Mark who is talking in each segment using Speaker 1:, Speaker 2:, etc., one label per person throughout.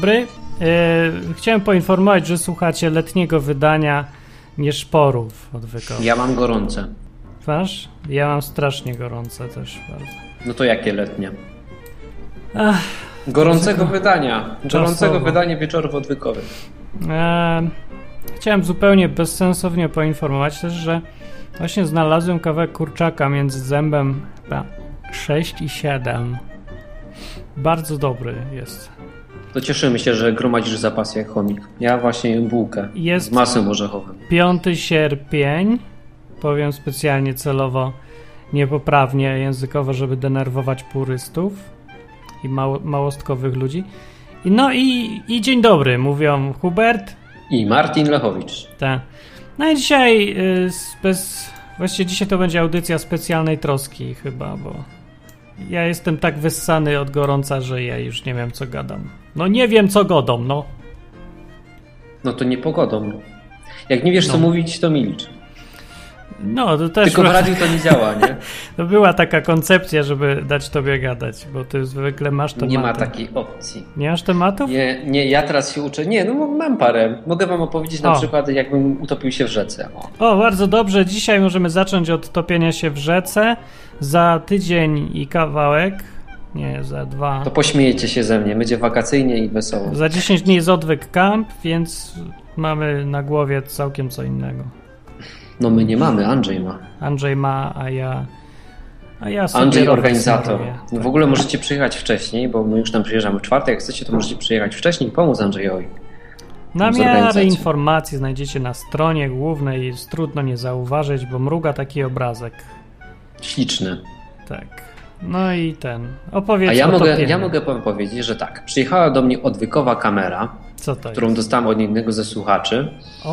Speaker 1: dobry. Chciałem poinformować, że słuchacie letniego wydania Nieszporów odwykowych.
Speaker 2: Ja mam gorące.
Speaker 1: Masz? Ja mam strasznie gorące też bardzo.
Speaker 2: No to jakie letnie? Gorącego wydania. Gorącego wydania wieczorów odwykowych.
Speaker 1: Chciałem zupełnie bezsensownie poinformować też, że właśnie znalazłem kawałek kurczaka między zębem chyba 6 i 7. Bardzo dobry jest.
Speaker 2: To cieszymy się, że gromadzisz zapasy jak chomik. Ja właśnie jem bułkę z masłem orzechowym.
Speaker 1: 5 sierpień, powiem specjalnie celowo, niepoprawnie językowo, żeby denerwować purystów i małostkowych ludzi. I dzień dobry, mówią Hubert
Speaker 2: i Martin Lechowicz.
Speaker 1: Tak. No i dzisiaj właściwie dzisiaj to będzie audycja specjalnej troski chyba, bo ja jestem tak wyssany od gorąca, że ja już nie wiem co gadam. No nie wiem co godą, no.
Speaker 2: No to nie pogodą. Jak nie wiesz co mówić, to milcz.
Speaker 1: No, to też...
Speaker 2: Tylko w radiu to nie działa, nie?
Speaker 1: To była taka koncepcja, żeby dać tobie gadać, bo ty zwykle masz tematy.
Speaker 2: Nie ma takiej opcji.
Speaker 1: Nie masz tematów?
Speaker 2: Nie, ja teraz się uczę. Nie, no mam parę. Mogę wam opowiedzieć na przykład, jakbym utopił się w rzece.
Speaker 1: O, bardzo dobrze. Dzisiaj możemy zacząć od topienia się w rzece. Za tydzień i kawałek. Nie, za 2.
Speaker 2: To pośmiejecie się ze mnie. Będzie wakacyjnie i wesoło.
Speaker 1: Za 10 dni jest odwyk camp, więc mamy na głowie całkiem co innego.
Speaker 2: No my nie mamy, Andrzej ma.
Speaker 1: Andrzej ma, a ja sobie
Speaker 2: Andrzej organizator.
Speaker 1: Tak.
Speaker 2: W ogóle możecie przyjechać wcześniej, bo my już tam przyjeżdżamy w czwartek. Jak chcecie, to możecie przyjechać wcześniej i pomóc Andrzejowi.
Speaker 1: Namiary informacji znajdziecie na stronie głównej. Jest trudno nie zauważyć, bo mruga taki obrazek.
Speaker 2: Śliczny.
Speaker 1: Tak. No i opowiedz.
Speaker 2: A ja mogę wam powiedzieć, że tak. Przyjechała do mnie odwykowa kamera, którą dostałem od jednego ze słuchaczy.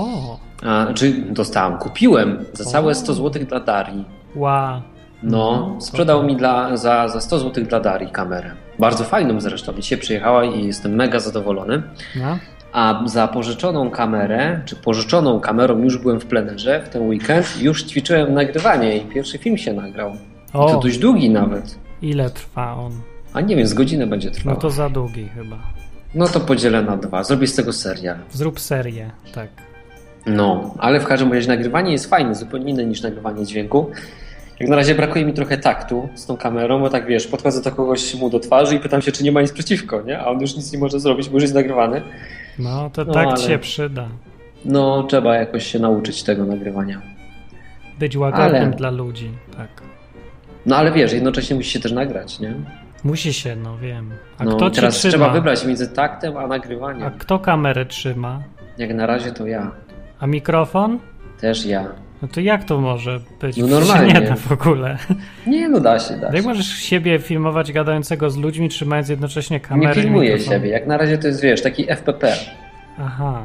Speaker 2: Kupiłem za całe 100 zł dla Darii.
Speaker 1: Wow.
Speaker 2: No, sprzedał mi za 100 zł dla Darii kamerę. Bardzo fajną zresztą. Dzisiaj przyjechała i jestem mega zadowolony. No. A za pożyczoną kamerę, czy pożyczoną kamerą już byłem w plenerze w ten weekend. Już ćwiczyłem nagrywanie i pierwszy film się nagrał. I to dość długi nawet.
Speaker 1: Ile trwa on?
Speaker 2: A nie wiem, z godzinę będzie trwał.
Speaker 1: No to za długi chyba.
Speaker 2: No to podzielę na 2. Zrobię z tego serial.
Speaker 1: Zrób serię, tak.
Speaker 2: No, ale w każdym razie nagrywanie jest fajne, zupełnie inne niż nagrywanie dźwięku. Jak na razie brakuje mi trochę taktu z tą kamerą, bo tak wiesz, podchodzę do kogoś mu do twarzy i pytam się, czy nie ma nic przeciwko, nie? A on już nic nie może zrobić, bo już jest nagrywany.
Speaker 1: No, to takt się przyda.
Speaker 2: No, trzeba jakoś się nauczyć tego nagrywania.
Speaker 1: Być łagodnym dla ludzi, tak.
Speaker 2: No, ale wiesz, jednocześnie musi się też nagrać, nie?
Speaker 1: Musi się, no wiem. A
Speaker 2: no,
Speaker 1: kto
Speaker 2: teraz
Speaker 1: trzyma?
Speaker 2: Trzeba wybrać między taktem a nagrywaniem.
Speaker 1: A kto kamerę trzyma?
Speaker 2: Jak na razie to ja.
Speaker 1: A mikrofon?
Speaker 2: Też ja.
Speaker 1: No to jak to może być?
Speaker 2: No normalnie.
Speaker 1: Nie da w ogóle.
Speaker 2: Nie, no da się.
Speaker 1: Jak możesz siebie filmować gadającego z ludźmi, trzymając jednocześnie kamerę?
Speaker 2: Nie filmuję siebie. Jak na razie to jest, wiesz, taki FPP.
Speaker 1: Aha.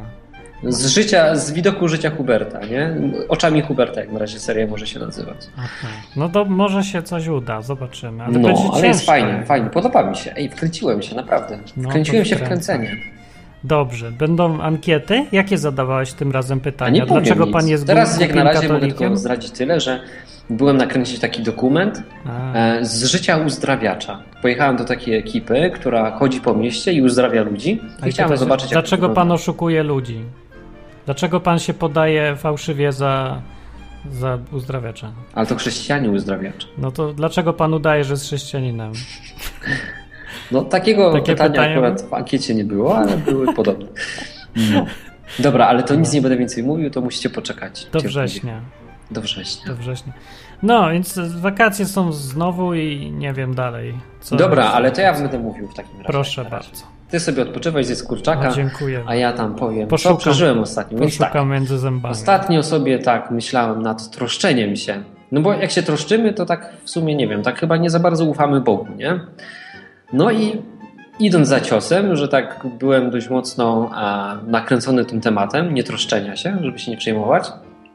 Speaker 2: Z widoku życia Huberta, nie? Oczami Huberta, jak na razie seria może się nazywać.
Speaker 1: Aha. No to może się coś uda, zobaczymy.
Speaker 2: Ale jest fajnie, podoba mi się. Wkręciłem się, naprawdę. Wkręciłem się w kręcenie.
Speaker 1: Dobrze. Będą ankiety? Jakie zadawałeś tym razem pytania?
Speaker 2: Dlaczego
Speaker 1: nic. Pan jest
Speaker 2: Teraz jak na razie
Speaker 1: katolikiem?
Speaker 2: mogę tylko zdradzić tyle, że byłem nakręcić taki dokument z życia uzdrawiacza. Pojechałem do takiej ekipy, która chodzi po mieście i uzdrawia ludzi. I chciałem zobaczyć,
Speaker 1: dlaczego pan oszukuje ludzi? Dlaczego pan się podaje fałszywie za uzdrawiacza?
Speaker 2: Ale to chrześcijanie uzdrawiacze.
Speaker 1: No to dlaczego pan udaje, że jest chrześcijaninem?
Speaker 2: No takiego pytania akurat w ankiecie nie było, ale były podobne. No. Dobra, ale to nic nie będę więcej mówił, to musicie poczekać.
Speaker 1: Do września.
Speaker 2: Do września.
Speaker 1: No, więc wakacje są znowu i nie wiem dalej.
Speaker 2: Dobra, ale to ja będę mówił w takim razie.
Speaker 1: Proszę bardzo.
Speaker 2: Ty sobie odpoczywaj ze kurczaka,
Speaker 1: dziękuję.
Speaker 2: A ja tam powiem, co przeżyłem ostatnio.
Speaker 1: Poszukam między zębami.
Speaker 2: Ostatnio sobie tak myślałem nad troszczeniem się. No bo jak się troszczymy, to tak w sumie nie wiem, tak chyba nie za bardzo ufamy Bogu, nie? No i idąc za ciosem, że tak byłem dość mocno nakręcony tym tematem, nie troszczenia się, żeby się nie przejmować,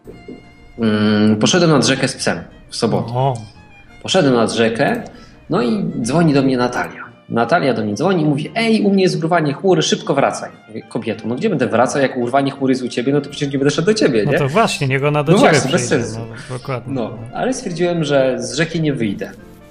Speaker 2: poszedłem nad rzekę z psem w sobotę. Poszedłem nad rzekę, no i dzwoni do mnie Natalia. Natalia do mnie dzwoni i mówi: ej, u mnie jest urwanie chmury, szybko wracaj. Mówię: kobieto, no gdzie będę wracał, jak urwanie chmury jest u ciebie, no to przecież nie będę szedł do ciebie, nie?
Speaker 1: No to właśnie, niech ona do ciebie
Speaker 2: właśnie,
Speaker 1: przyjdzie.
Speaker 2: bez sensu.
Speaker 1: No, dokładnie.
Speaker 2: No, ale stwierdziłem, że z rzeki nie wyjdę.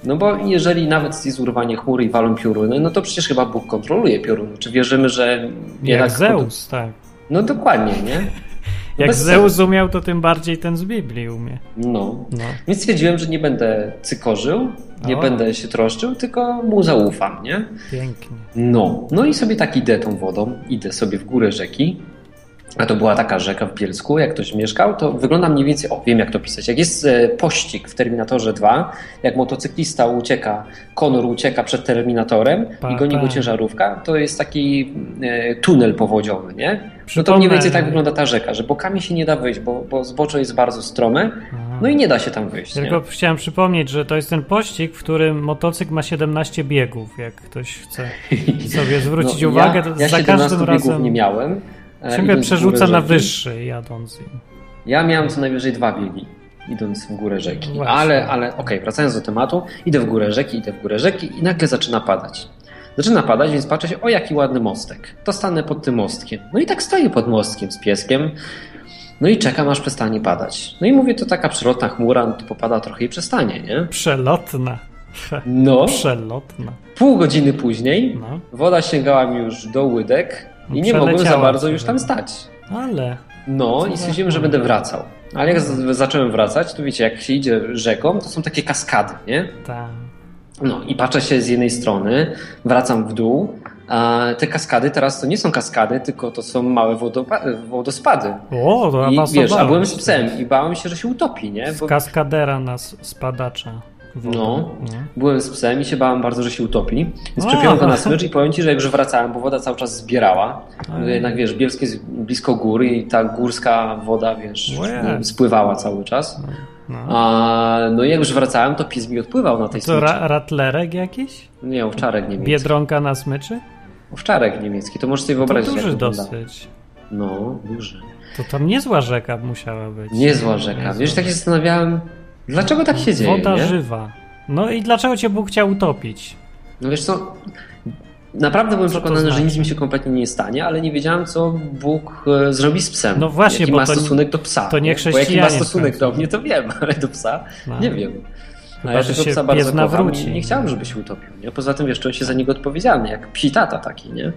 Speaker 2: No bo jeżeli nawet jest urwanie chmury i walą pioruny, no to przecież chyba Bóg kontroluje pioruny. Czy wierzymy, że...
Speaker 1: Jak Zeus, tak.
Speaker 2: No dokładnie, nie?
Speaker 1: Jak Zeus umiał, to tym bardziej ten z Biblii umie.
Speaker 2: No. Więc stwierdziłem, że nie będę cykorzył, nie będę się troszczył, tylko mu zaufam, nie?
Speaker 1: Pięknie.
Speaker 2: No i sobie tak idę tą wodą, idę sobie w górę rzeki, a to była taka rzeka w Bielsku, jak ktoś mieszkał, to wygląda mniej więcej, wiem jak to pisać, jak jest pościg w Terminatorze 2, jak motocyklista ucieka, Connor ucieka przed Terminatorem i goni go ciężarówka, to jest taki tunel powodziowy, nie? No to mniej więcej tak wygląda ta rzeka, że bokami się nie da wyjść, bo zbocze jest bardzo strome, no i nie da się tam wyjść.
Speaker 1: Tylko chciałem przypomnieć, że to jest ten pościg, w którym motocykl ma 17 biegów, jak ktoś chce sobie zwrócić uwagę, to
Speaker 2: ja
Speaker 1: za
Speaker 2: 17
Speaker 1: każdym
Speaker 2: biegów
Speaker 1: razem
Speaker 2: nie miałem.
Speaker 1: Ciągle przerzuca na wyższy jadąc.
Speaker 2: Ja miałem co najwyżej 2 biegi, idąc w górę rzeki. No ale okej, wracając do tematu, idę w górę rzeki i nagle zaczyna padać. Zaczyna padać, więc patrzę się, jaki ładny mostek. To stanę pod tym mostkiem. No i tak stoję pod mostkiem z pieskiem. No i czekam, aż przestanie padać. No i mówię, to taka przelotna chmura, no to popada trochę i przestanie, nie?
Speaker 1: Przelotna.
Speaker 2: No.
Speaker 1: Przelotna.
Speaker 2: Pół godziny później woda sięgała mi już do łydek i nie mogłem za bardzo już tam stać.
Speaker 1: Ale...
Speaker 2: No i stwierdziłem, że będę wracał. Ale jak zacząłem wracać, to wiecie, jak się idzie rzeką, to są takie kaskady, nie?
Speaker 1: Tak.
Speaker 2: No i patrzę się z jednej strony, wracam w dół, a te kaskady teraz to nie są kaskady, tylko to są małe wodospady.
Speaker 1: O, to
Speaker 2: I wiesz, a byłem z psem i bałem się, że się utopi, nie?
Speaker 1: Z kaskadera na spadacza.
Speaker 2: Byłem z psem i się bałem bardzo, że się utopi. Więc przepiąłem go na smycz i powiem ci, że jak już wracałem, bo woda cały czas zbierała. Jednak wiesz, Bielsko jest blisko góry i ta górska woda, wiesz, spływała cały czas. No i jak już wracałem, to pies mi odpływał na tej smyczy.
Speaker 1: To ratlerek jakiś?
Speaker 2: Nie, owczarek niemiecki.
Speaker 1: Biedronka na smyczy?
Speaker 2: Owczarek niemiecki, to możesz sobie wyobrazić.
Speaker 1: To duży dosyć.
Speaker 2: No, duży.
Speaker 1: To tam niezła rzeka musiała być.
Speaker 2: Niezła rzeka. Wiesz, tak się zastanawiałem, dlaczego tak się dzieje?
Speaker 1: Woda żywa. No i dlaczego cię Bóg chciał utopić?
Speaker 2: No wiesz co, naprawdę byłem przekonany, że nic mi się kompletnie nie stanie, ale nie wiedziałem, co Bóg zrobi z psem.
Speaker 1: No właśnie,
Speaker 2: jaki ma stosunek do psa.
Speaker 1: To nie chrześcijanie.
Speaker 2: Bo jaki ma stosunek do mnie, to wiem, ale do psa nie wiem.
Speaker 1: Chyba, ja tego psa bardzo kocham i
Speaker 2: nie chciałem, żeby się utopił. Nie? Poza tym, wiesz, on się za niego odpowiedzialny, jak psi tata taki, nie?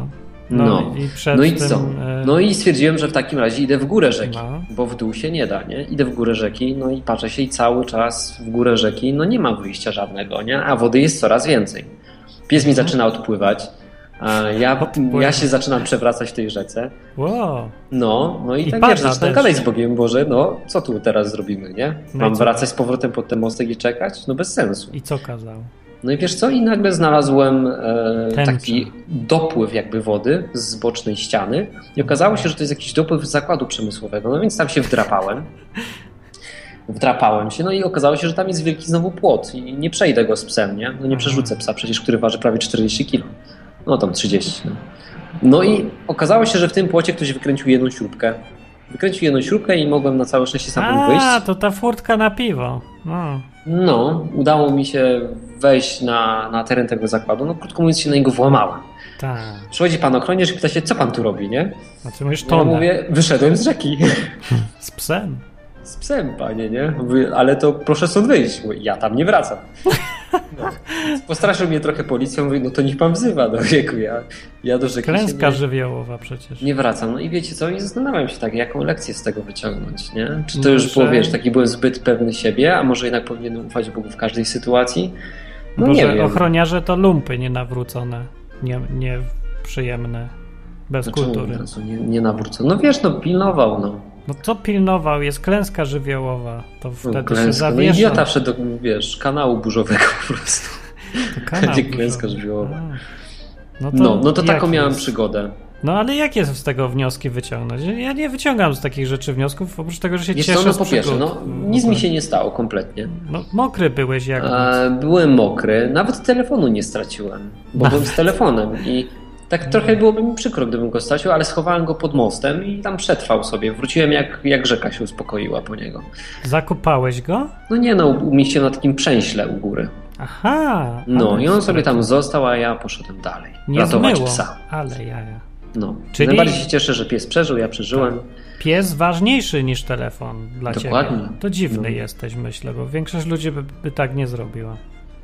Speaker 1: I
Speaker 2: co? No i stwierdziłem, że w takim razie idę w górę rzeki, bo w dół się nie da, nie? Idę w górę rzeki, no i patrzę się i cały czas w górę rzeki, no nie ma wyjścia żadnego, nie? A wody jest coraz więcej. Pies mi zaczyna odpływać, a ja się zaczynam przewracać w tej rzece.
Speaker 1: Wow.
Speaker 2: No i tak wiesz, zaczynam gadać z Bogiem, Boże, no co tu teraz zrobimy, nie? Mam wracać z powrotem pod ten mostek i czekać? No bez sensu.
Speaker 1: I co kazał?
Speaker 2: No i wiesz co? I nagle znalazłem taki dopływ jakby wody z bocznej ściany i okazało się, że to jest jakiś dopływ z zakładu przemysłowego, no więc tam się wdrapałem. Wdrapałem się, no i okazało się, że tam jest wielki znowu płot i nie przejdę go z psem, nie? No nie przerzucę psa przecież, który waży prawie 40 kg. No tam 30. No i okazało się, że w tym płocie ktoś wykręcił jedną śrubkę. Wykręcił jedną śrubkę i mogłem na całe szczęście sam wyjść.
Speaker 1: To ta furtka na piwo.
Speaker 2: No, udało mi się wejść na teren tego zakładu. No krótko mówiąc się na niego włamałem.
Speaker 1: Tak.
Speaker 2: Przychodzi pan ochroniarz i pyta się, co pan tu robi, nie?
Speaker 1: A ty mówisz
Speaker 2: ja mówię, wyszedłem z rzeki.
Speaker 1: Z psem?
Speaker 2: Z psem, panie, nie? Mówię, ale to proszę stąd wyjść. Mówię, ja tam nie wracam. No. Postraszył mnie trochę policją, mówi, no to niech pan wzywa do wieku. Ja do rzeki
Speaker 1: Klęska żywiołowa przecież.
Speaker 2: Nie wracam. No i wiecie co? I zastanawiam się tak, jaką lekcję z tego wyciągnąć, nie? Czy to już było, wiesz, taki byłem zbyt pewny siebie, a może jednak powinienem ufać Bogu w każdej sytuacji? No
Speaker 1: Boże,
Speaker 2: nie wiem.
Speaker 1: Ochroniarze to lumpy nienawrócone, nieprzyjemne, bez kultury.
Speaker 2: Nie nawrócone. No wiesz, no pilnował, no.
Speaker 1: No co pilnował? Jest klęska żywiołowa. To wtedy
Speaker 2: klęska.
Speaker 1: się zawiesza.
Speaker 2: No idiota wszedł do, wiesz, kanału burzowego po prostu. Będzie klęska żywiołowa. No to taką miałem przygodę.
Speaker 1: No ale jakie z tego wnioski wyciągnąć? Ja nie wyciągam z takich rzeczy wniosków, oprócz tego, że się cieszę z
Speaker 2: po pierwsze, nic mi się nie stało kompletnie.
Speaker 1: No mokry byłeś jak
Speaker 2: byłem mokry, nawet telefonu nie straciłem, bo byłem z telefonem i tak trochę byłoby mi przykro, gdybym go stracił, ale schowałem go pod mostem i tam przetrwał sobie. Wróciłem jak rzeka się uspokoiła po niego.
Speaker 1: Zakopałeś go?
Speaker 2: No nie, no umieściłem na takim przęśle u góry.
Speaker 1: Aha.
Speaker 2: No i on sobie tam został, a ja poszedłem dalej.
Speaker 1: Nie
Speaker 2: ratować
Speaker 1: zmyło,
Speaker 2: psa.
Speaker 1: ale jaja.
Speaker 2: No. Czyli najbardziej się cieszę, że pies przeżył, ja przeżyłem.
Speaker 1: Tak. Pies ważniejszy niż telefon dla
Speaker 2: Dokładnie.
Speaker 1: ciebie. To dziwny jesteś, myślę, bo większość ludzi by tak nie zrobiła.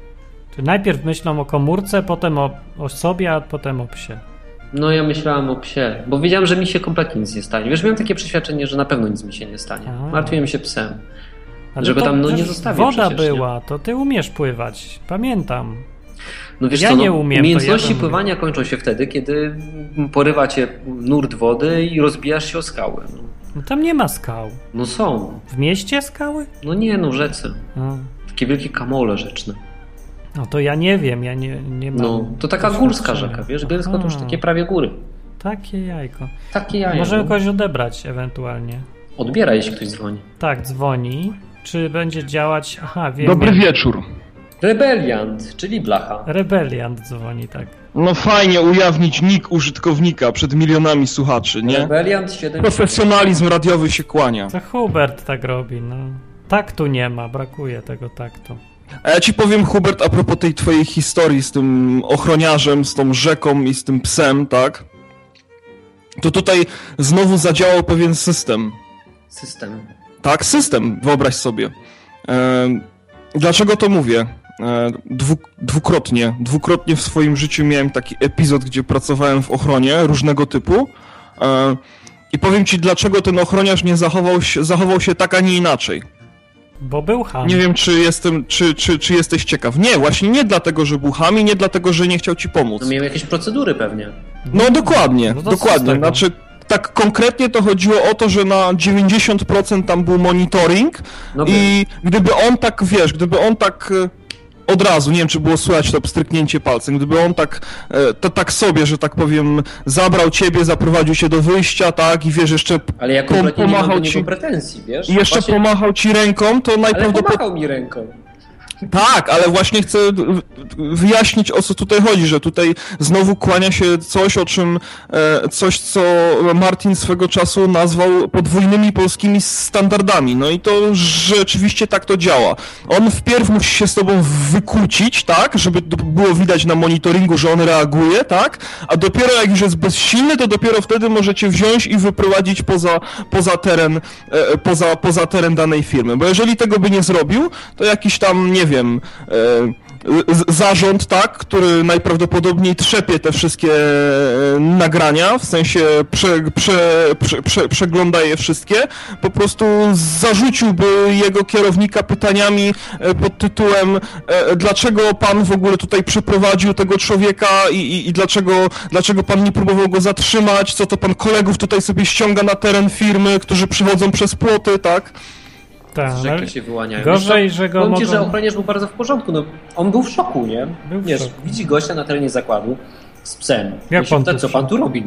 Speaker 1: Najpierw myślą o komórce, potem o sobie, a potem o psie.
Speaker 2: No ja myślałem o psie, bo wiedziałem, że mi się kompletnie nic nie stanie. Wiesz, miałem takie przeświadczenie, że na pewno nic mi się nie stanie. Martwiłem się psem.
Speaker 1: Ale
Speaker 2: żeby tam nie zostawił
Speaker 1: woda
Speaker 2: przecież,
Speaker 1: była,
Speaker 2: nie?
Speaker 1: to ty umiesz pływać. Pamiętam.
Speaker 2: No wiesz
Speaker 1: ja
Speaker 2: co,
Speaker 1: nie umiem.
Speaker 2: Umiejętności pływania kończą się wtedy, kiedy porywa cię nurt wody i rozbijasz się o skały.
Speaker 1: No tam nie ma skał.
Speaker 2: No są.
Speaker 1: W mieście skały?
Speaker 2: No nie, no w rzece. Takie wielkie kamole rzeczne.
Speaker 1: No to ja nie wiem, ja nie mam.
Speaker 2: No, to taka górska rzeka, wiesz, Bielsko to już takie prawie góry.
Speaker 1: Takie jajko.
Speaker 2: Takie jajo.
Speaker 1: Możemy kogoś odebrać ewentualnie.
Speaker 2: Odbiera, jeśli ktoś dzwoni.
Speaker 1: Tak, dzwoni. Czy będzie działać... Aha, wiem.
Speaker 3: Dobry wieczór.
Speaker 2: Rebeliant, czyli blacha.
Speaker 1: Rebeliant dzwoni, tak.
Speaker 3: No fajnie ujawnić nick użytkownika przed milionami słuchaczy, nie?
Speaker 2: Rebeliant 7.
Speaker 3: Profesjonalizm radiowy się kłania.
Speaker 1: To Hubert tak robi, no. Taktu nie ma, brakuje tego taktu.
Speaker 3: A ja ci powiem, Hubert, a propos tej twojej historii z tym ochroniarzem, z tą rzeką i z tym psem, tak? To tutaj znowu zadziałał pewien system.
Speaker 2: System.
Speaker 3: Tak, system, wyobraź sobie. Dlaczego to mówię? Dwukrotnie w swoim życiu miałem taki epizod, gdzie pracowałem w ochronie różnego typu i powiem ci, dlaczego ten ochroniarz nie zachował się tak, a nie inaczej.
Speaker 1: Bo był ham.
Speaker 3: Nie wiem, czy jesteś ciekaw. Nie, właśnie nie dlatego, że był ham i nie dlatego, że nie chciał ci pomóc.
Speaker 2: No miał jakieś procedury pewnie.
Speaker 3: No dokładnie,
Speaker 1: no
Speaker 3: dokładnie. Znaczy, tak konkretnie to chodziło o to, że na 90% tam był monitoring i gdyby on tak od razu, nie wiem, czy było słychać to pstryknięcie palcem, gdyby on tak sobie, że tak powiem, zabrał ciebie, zaprowadził się do wyjścia, tak, i wiesz, jeszcze
Speaker 2: ale ja kompletnie nie mam do niego pretensji, wiesz?
Speaker 3: I jeszcze pomachał ci ręką, to najprawdopodobniej...
Speaker 2: Ale pomachał mi ręką.
Speaker 3: Tak, ale właśnie chcę wyjaśnić, o co tutaj chodzi, że tutaj znowu kłania się coś, co Martin swego czasu nazwał podwójnymi polskimi standardami. No i to rzeczywiście tak to działa. On wpierw musi się z tobą wykłócić, tak, żeby było widać na monitoringu, że on reaguje, tak, a dopiero jak już jest bezsilny, to dopiero wtedy możecie wziąć i wyprowadzić poza teren danej firmy. Bo jeżeli tego by nie zrobił, to jakiś tam, nie wiem, zarząd, tak, który najprawdopodobniej trzepie te wszystkie nagrania, w sensie przegląda je wszystkie, po prostu zarzuciłby jego kierownika pytaniami pod tytułem dlaczego pan w ogóle tutaj przyprowadził tego człowieka i dlaczego pan nie próbował go zatrzymać, co to pan kolegów tutaj sobie ściąga na teren firmy, którzy przychodzą przez płoty, tak?
Speaker 2: Z rzeki się wyłaniają.
Speaker 1: Gorzej, że go
Speaker 2: mogą... że ochroniarz był bardzo w porządku. No, on był w szoku, nie? Wiesz, widzi gościa na terenie zakładu z psem.
Speaker 1: Jak pan
Speaker 2: pyta, co pan tu robi?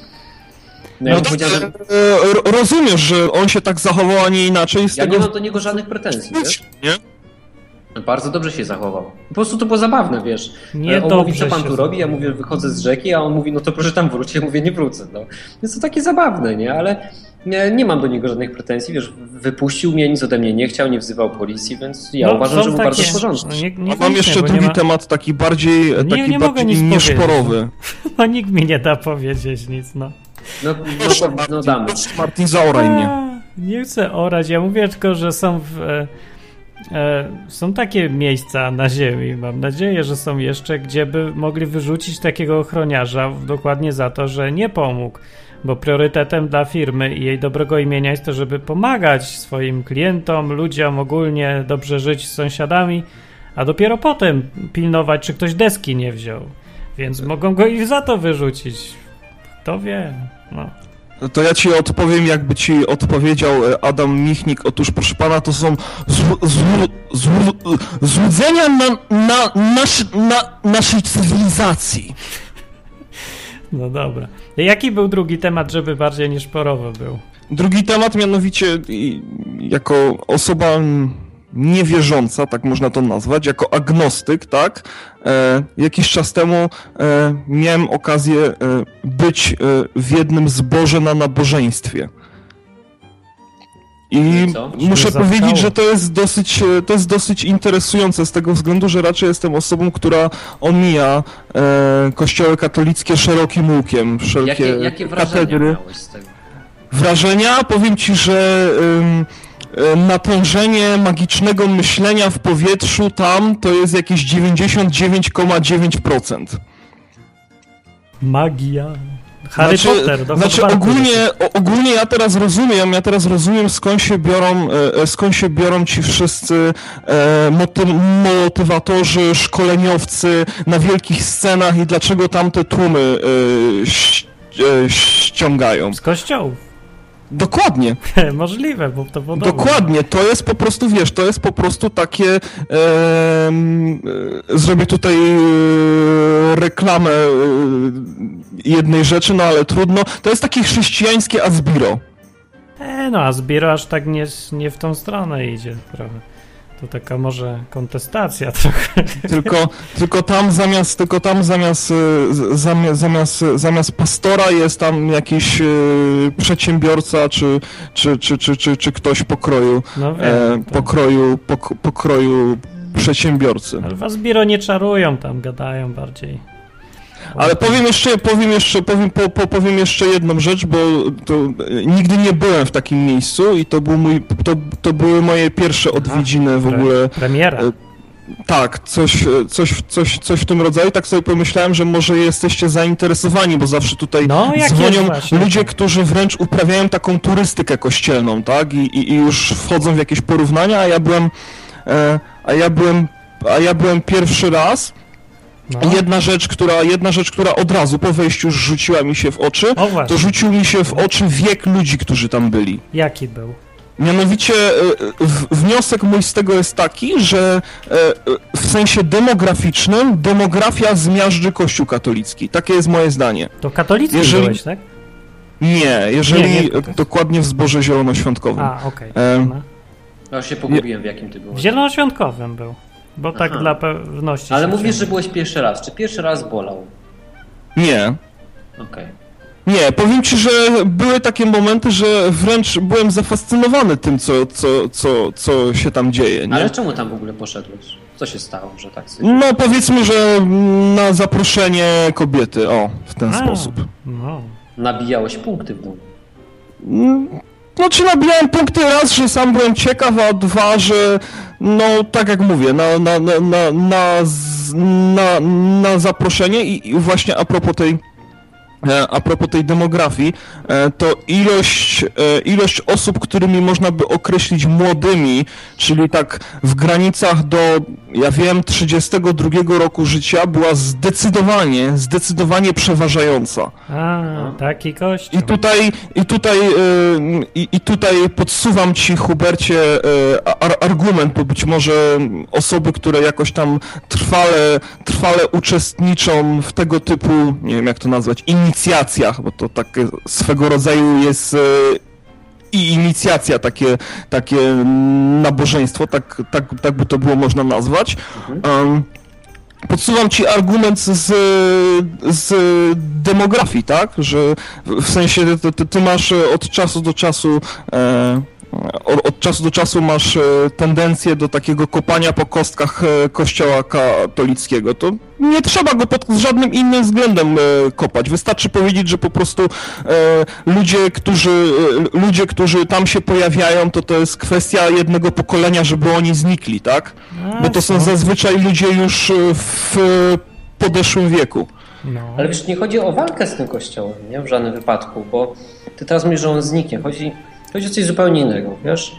Speaker 3: Rozumiesz, że on się tak zachował, a nie inaczej.
Speaker 2: Ja nie mam do niego żadnych pretensji, wiesz? Nie? Bardzo dobrze się zachował. Po prostu to było zabawne, wiesz. On mówi, co pan tu robi, ja mówię, wychodzę z rzeki, a on mówi, no to proszę tam wrócić, ja mówię, nie wrócę. No. Jest to takie zabawne, nie? Ale nie mam do niego żadnych pretensji, wiesz, wypuścił mnie, nic ode mnie nie chciał, nie wzywał policji, więc ja uważam, że był bardzo w porządku.
Speaker 3: Mam jeszcze drugi temat, taki bardziej nieszporowy.
Speaker 1: No nikt mi nie da powiedzieć nic, no.
Speaker 2: No damy.
Speaker 3: Martin, zaoraj mnie.
Speaker 1: Nie chcę orać, ja mówię tylko, że są takie miejsca na ziemi, mam nadzieję, że są jeszcze, gdzie by mogli wyrzucić takiego ochroniarza dokładnie za to, że nie pomógł, bo priorytetem dla firmy i jej dobrego imienia jest to, żeby pomagać swoim klientom, ludziom ogólnie, dobrze żyć z sąsiadami, a dopiero potem pilnować, czy ktoś deski nie wziął, więc mogą go i za to wyrzucić. Kto wie, no.
Speaker 3: To ja ci odpowiem, jakby ci odpowiedział Adam Michnik. Otóż, proszę pana, to są złudzenia naszej cywilizacji.
Speaker 1: No dobra. Jaki był drugi temat, żeby bardziej nieszporowy był?
Speaker 3: Drugi temat, mianowicie jako osoba niewierząca, tak można to nazwać, jako agnostyk, tak? Jakiś czas temu miałem okazję być w jednym zborze na nabożeństwie. I muszę powiedzieć, że to jest dosyć interesujące z tego względu, że raczej jestem osobą, która omija kościoły katolickie szerokim łukiem, wszelkie
Speaker 2: jakie wrażenia
Speaker 3: katedry.
Speaker 2: Miałeś z tego?
Speaker 3: Wrażenia? Powiem ci, że natężenie magicznego myślenia w powietrzu tam to jest jakieś 99,9%.
Speaker 1: Magia. Harry Potter.
Speaker 3: Ogólnie ja teraz rozumiem skąd się biorą ci wszyscy motywatorzy, szkoleniowcy na wielkich scenach i dlaczego tam te tłumy ściągają.
Speaker 1: Z kościołów.
Speaker 3: Dokładnie.
Speaker 1: Możliwe, bo to podobne.
Speaker 3: Dokładnie, to jest po prostu, wiesz, to jest po prostu takie, zrobię tutaj reklamę jednej rzeczy, no ale trudno, to jest takie chrześcijańskie Asbiro.
Speaker 1: No Asbiro aż tak nie w tą stronę idzie trochę. To taka może kontestacja trochę.
Speaker 3: Tylko tam zamiast pastora jest tam jakiś przedsiębiorca czy ktoś pokroju,
Speaker 1: no wiem,
Speaker 3: pokroju przedsiębiorcy.
Speaker 1: Ale w Asbiro nie czarują, tam gadają bardziej.
Speaker 3: Ale powiem jeszcze jedną rzecz, bo to nigdy nie byłem w takim miejscu i to były moje pierwsze odwiedziny w ogóle.
Speaker 1: Premiera.
Speaker 3: Tak, coś w tym rodzaju. Tak sobie pomyślałem, że może jesteście zainteresowani, bo zawsze tutaj dzwonią ludzie, którzy wręcz uprawiają taką turystykę kościelną, tak? I już wchodzą w jakieś porównania, a ja byłem pierwszy raz. No. Jedna rzecz, która od razu po wejściu już rzuciła mi się w oczy, to rzucił mi się w oczy wiek ludzi, którzy tam byli.
Speaker 1: Jaki był?
Speaker 3: Mianowicie wniosek mój z tego jest taki, że w sensie demograficznym demografia zmiażdży Kościół katolicki. Takie jest moje zdanie.
Speaker 1: To katolicki byłeś, tak?
Speaker 3: Nie, jeżeli dokładnie w zborze zielonoświątkowym.
Speaker 1: A, okej.
Speaker 2: Ja się pogubiłem, w jakim ty byłeś.
Speaker 1: W zielonoświątkowym był. Bo tak dla pewności.
Speaker 2: Ale mówisz, że byłeś pierwszy raz. Czy pierwszy raz bolał?
Speaker 3: Nie.
Speaker 2: Okej.
Speaker 3: Nie, powiem ci, że były takie momenty, że wręcz byłem zafascynowany tym, co się tam dzieje, nie?
Speaker 2: Ale czemu tam w ogóle poszedłeś? Co się stało, że tak sobie...
Speaker 3: No powiedzmy, że na zaproszenie kobiety, w ten sposób.
Speaker 1: No.
Speaker 2: Nabijałeś punkty w domu?
Speaker 3: No, czy nabijałem punkty raz, że sam byłem ciekaw, a dwa, że no, tak jak mówię, na zaproszenie i właśnie a propos tej demografii, to ilość osób, którymi można by określić młodymi, czyli tak w granicach do, 32 roku życia, była zdecydowanie przeważająca.
Speaker 1: Taki kościół.
Speaker 3: I tutaj podsuwam ci, Hubercie, argument, bo być może osoby, które jakoś tam trwale uczestniczą w tego typu, nie wiem jak to nazwać, inicjacjach, bo to takie swego rodzaju jest i inicjacja, takie nabożeństwo, tak by to było można nazwać. Podsuwam ci argument z demografii, tak? Że w sensie ty masz od czasu do czasu masz tendencję do takiego kopania po kostkach Kościoła katolickiego. To nie trzeba go pod żadnym innym względem kopać. Wystarczy powiedzieć, że po prostu ludzie, którzy tam się pojawiają, to jest kwestia jednego pokolenia, żeby oni znikli, tak? Bo to są zazwyczaj ludzie już w podeszłym wieku.
Speaker 2: No. Ale wiesz, nie chodzi o walkę z tym Kościołem, nie? W żadnym wypadku, bo ty teraz mówisz, że on zniknie. Chodzi o coś zupełnie innego, wiesz?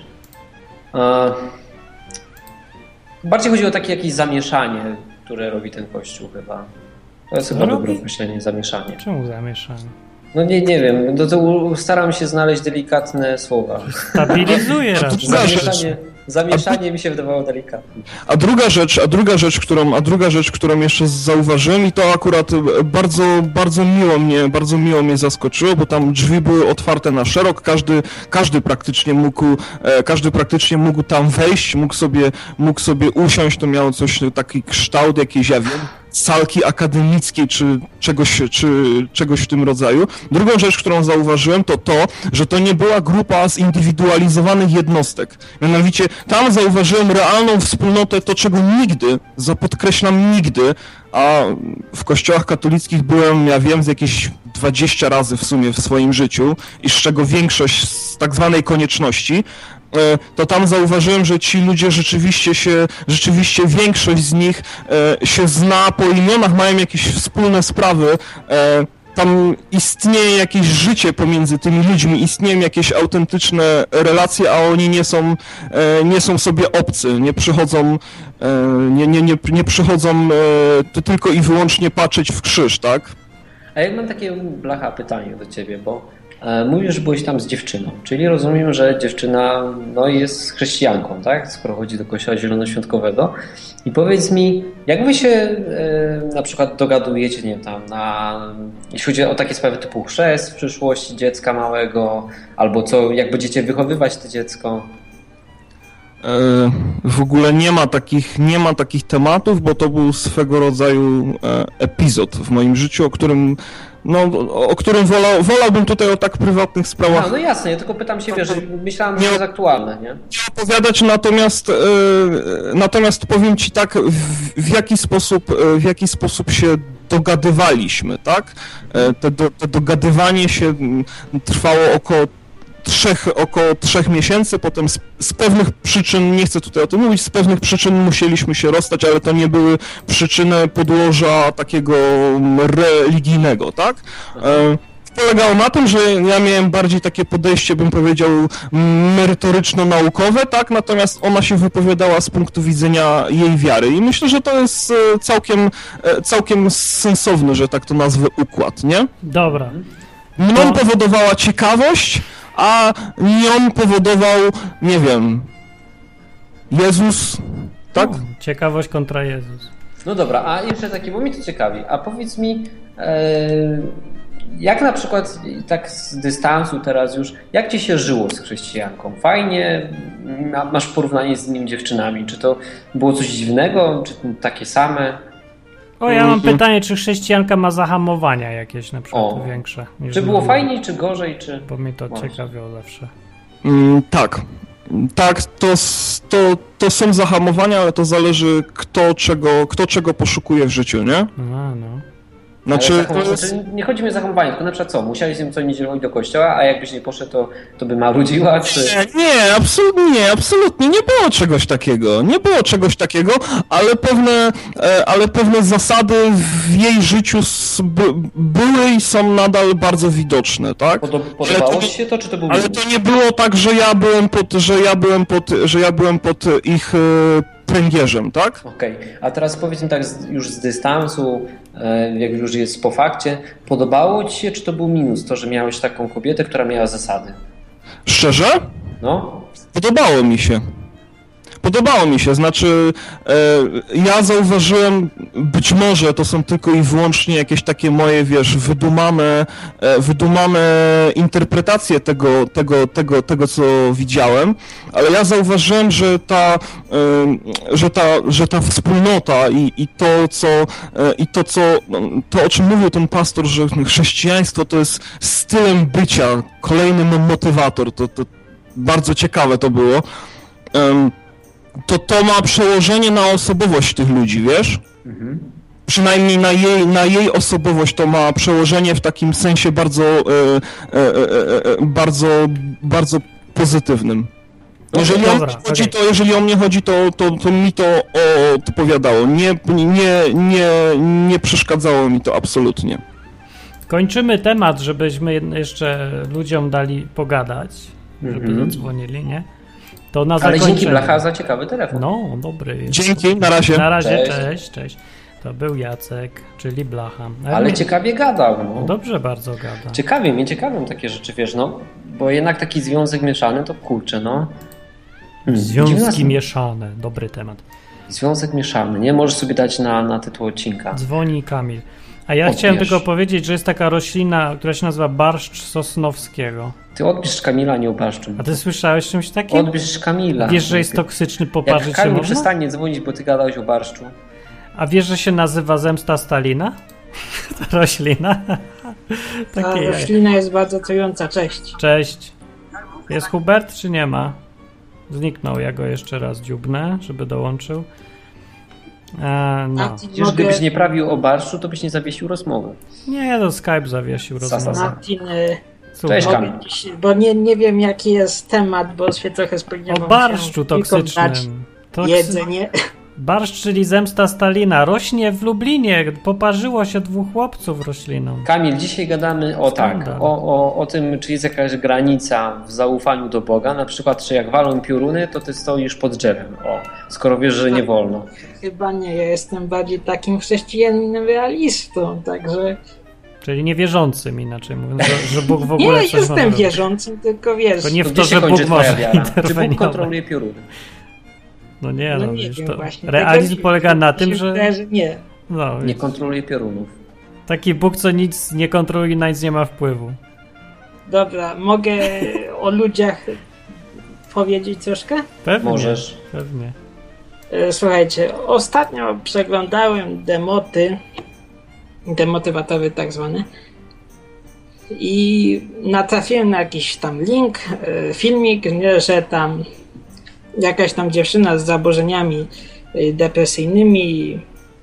Speaker 2: Bardziej chodzi o takie jakieś zamieszanie, które robi ten Kościół chyba. To jest chyba dobre określenie, zamieszanie.
Speaker 1: Czemu zamieszanie?
Speaker 2: No nie wiem, to staram się znaleźć delikatne słowa.
Speaker 1: Stabilizuje raczej.
Speaker 2: Zamieszanie mi się wydawało delikatne.
Speaker 3: A druga rzecz, którą jeszcze zauważyłem i to akurat bardzo miło mnie zaskoczyło, bo tam drzwi były otwarte na szerok, każdy praktycznie mógł tam wejść, mógł sobie usiąść, to miało taki kształt jakiejś, salki akademickiej czy czegoś w tym rodzaju. Drugą rzecz, którą zauważyłem, to, że to nie była grupa zindywidualizowanych jednostek. Mianowicie tam zauważyłem realną wspólnotę, to czego nigdy, podkreślam nigdy, a w kościołach katolickich byłem, z jakieś 20 razy w sumie w swoim życiu i z czego większość z tak zwanej konieczności, to tam zauważyłem, że ci ludzie rzeczywiście większość z nich się zna po imionach, mają jakieś wspólne sprawy, tam istnieje jakieś życie pomiędzy tymi ludźmi, istnieją jakieś autentyczne relacje, a oni nie są sobie obcy, nie przychodzą tylko i wyłącznie patrzeć w krzyż, tak?
Speaker 2: A jak mam takie, Blacha, pytanie do ciebie, bo mówisz, że byłeś tam z dziewczyną, czyli rozumiem, że dziewczyna jest chrześcijanką, tak? Skoro chodzi do kościoła zielonoświątkowego. I powiedz mi, jak wy się na przykład dogadujecie, nie wiem, tam jeśli chodzi o takie sprawy typu chrzest w przyszłości dziecka małego, albo jak będziecie wychowywać to dziecko?
Speaker 3: W ogóle nie ma takich tematów, bo to był swego rodzaju epizod w moim życiu, o którym wolałbym tutaj o tak prywatnych sprawach.
Speaker 2: No jasne, ja tylko pytam się, wiesz, myślałem, że to jest aktualne, nie?
Speaker 3: Nie opowiadać, natomiast powiem ci tak, w jaki sposób się dogadywaliśmy, tak? To dogadywanie się trwało około 3 miesięcy, potem z pewnych przyczyn, nie chcę tutaj o tym mówić, z pewnych przyczyn musieliśmy się rozstać, ale to nie były przyczyny podłoża takiego religijnego, tak? Polegało na tym, że ja miałem bardziej takie podejście, bym powiedział, merytoryczno-naukowe, tak? Natomiast ona się wypowiadała z punktu widzenia jej wiary i myślę, że to jest całkiem sensowny, że tak to nazwę, układ, nie?
Speaker 1: Dobra.
Speaker 3: Mną powodowała ciekawość, a nią powodował, nie wiem, Jezus, tak?
Speaker 1: Ciekawość kontra Jezus.
Speaker 2: No dobra, a jeszcze takie, bo mi to ciekawi, a powiedz mi, jak na przykład tak z dystansu teraz już, jak ci się żyło z chrześcijanką? Fajnie? Masz porównanie z innymi dziewczynami? Czy to było coś dziwnego? Czy takie same?
Speaker 1: Ja mam pytanie, czy chrześcijanka ma zahamowania jakieś na przykład większe?
Speaker 2: Czy było fajniej, czy gorzej, czy...
Speaker 1: Bo mnie to ciekawiło zawsze.
Speaker 3: Tak, to są zahamowania, ale to zależy kto czego poszukuje w życiu, nie? Znaczy,
Speaker 2: nie chodzi mi o zahamowanie, tylko na przykład co? Musiałeś ją co niedzielę do kościoła, a jakbyś nie poszedł, to by marudziła, czy...
Speaker 3: Nie, absolutnie nie było czegoś takiego, ale pewne zasady w jej życiu były i są nadal bardzo widoczne, tak?
Speaker 2: Podobało ci się to, czy to był...
Speaker 3: Ale to nie było tak, że ja byłem pod ich pręgierzem, tak?
Speaker 2: Okej. A teraz powiedz mi tak już z dystansu, jak już jest po fakcie, podobało ci się, czy to był minus, to, że miałeś taką kobietę, która miała zasady?
Speaker 3: Szczerze?
Speaker 2: No.
Speaker 3: Podobało mi się, znaczy ja zauważyłem, być może to są tylko i wyłącznie jakieś takie moje, wiesz, wydumane interpretacje tego, co widziałem, ale ja zauważyłem, że ta wspólnota to, o czym mówił ten pastor, że chrześcijaństwo to jest stylem bycia, kolejny motywator, to bardzo ciekawe to było. To ma przełożenie na osobowość tych ludzi, wiesz? Mhm. Przynajmniej na jej osobowość to ma przełożenie w takim sensie bardzo pozytywnym. Jeżeli o mnie chodzi, to mi to odpowiadało. Nie przeszkadzało mi to absolutnie.
Speaker 1: Kończymy temat, żebyśmy jeszcze ludziom dali pogadać, żeby zadzwonili, nie? To na zakończenie.
Speaker 2: Ale dzięki, Blacha, za ciekawy telefon.
Speaker 1: No, dobry jest.
Speaker 3: Dzięki, na razie.
Speaker 1: Na razie, cześć. To był Jacek, czyli Blacha.
Speaker 2: Ale ciekawie gadał, no.
Speaker 1: Dobrze bardzo gada.
Speaker 2: Ciekawią takie rzeczy, wiesz, no. Bo jednak taki związek mieszany, to kurczę, no.
Speaker 1: Związki mieszane, dobry temat.
Speaker 2: Związek mieszany, nie? Możesz sobie dać na tytuł odcinka.
Speaker 1: Dzwoni Kamil. A ja chciałem tylko powiedzieć, że jest taka roślina, która się nazywa barszcz sosnowskiego.
Speaker 2: Ty odbierz Kamila, nie o barszczu.
Speaker 1: A ty słyszałeś czymś takim?
Speaker 2: Odbierz Kamila.
Speaker 1: Wiesz, że jest toksyczny, poparzyć
Speaker 2: jak Kamil
Speaker 1: się można?
Speaker 2: przestanie dzwonić, bo ty gadałeś o barszczu.
Speaker 1: A wiesz, że się nazywa zemsta Stalina? Ta roślina?
Speaker 4: Ta roślina jest bardzo trująca. Cześć.
Speaker 1: Cześć. Jest Hubert, czy nie ma? Zniknął, ja go jeszcze raz dziubnę, żeby dołączył. No.
Speaker 2: Wiesz, gdybyś nie prawił o barszczu, to byś nie zawiesił rozmowy.
Speaker 1: Nie, to Skype zawiesił rozmowę.
Speaker 4: Martin,
Speaker 2: Cześć, Kamil.
Speaker 4: Bo nie wiem, jaki jest temat, bo się trochę spodziewam.
Speaker 1: O barszczu toksycznym.
Speaker 4: Jedzenie.
Speaker 1: Barszcz, czyli zemsta Stalina. Rośnie w Lublinie. Poparzyło się 2 chłopców rośliną.
Speaker 2: Kamil, dzisiaj gadamy o tym, czy jest jakaś granica w zaufaniu do Boga. Na przykład, czy jak walą pioruny, to ty stoisz pod drzewem. Skoro wiesz, że nie wolno.
Speaker 4: Chyba nie. Ja jestem bardziej takim chrześcijaninem realistą, także...
Speaker 1: Czyli niewierzącym, inaczej mówiąc, że Bóg w ogóle
Speaker 4: nie,
Speaker 1: coś
Speaker 4: jestem wierzącym, tylko wiesz...
Speaker 1: To nie w to, że Bóg może interweniować.
Speaker 2: Czy Bóg kontroluje pioruny?
Speaker 1: No nie,
Speaker 4: nie
Speaker 1: wiesz,
Speaker 4: wiem,
Speaker 1: to
Speaker 4: właśnie.
Speaker 1: realizm polega na tym, że...
Speaker 4: Nie.
Speaker 1: No,
Speaker 2: nie kontroluje piorunów.
Speaker 1: Taki Bóg, co nic nie kontroluje, na nic nie ma wpływu.
Speaker 4: Dobra, mogę o ludziach powiedzieć troszkę?
Speaker 1: Pewnie.
Speaker 2: Możesz.
Speaker 1: Pewnie.
Speaker 4: Słuchajcie, ostatnio przeglądałem demotywatory tak zwane i natrafiłem na jakiś tam link, filmik, że tam jakaś tam dziewczyna z zaburzeniami depresyjnymi,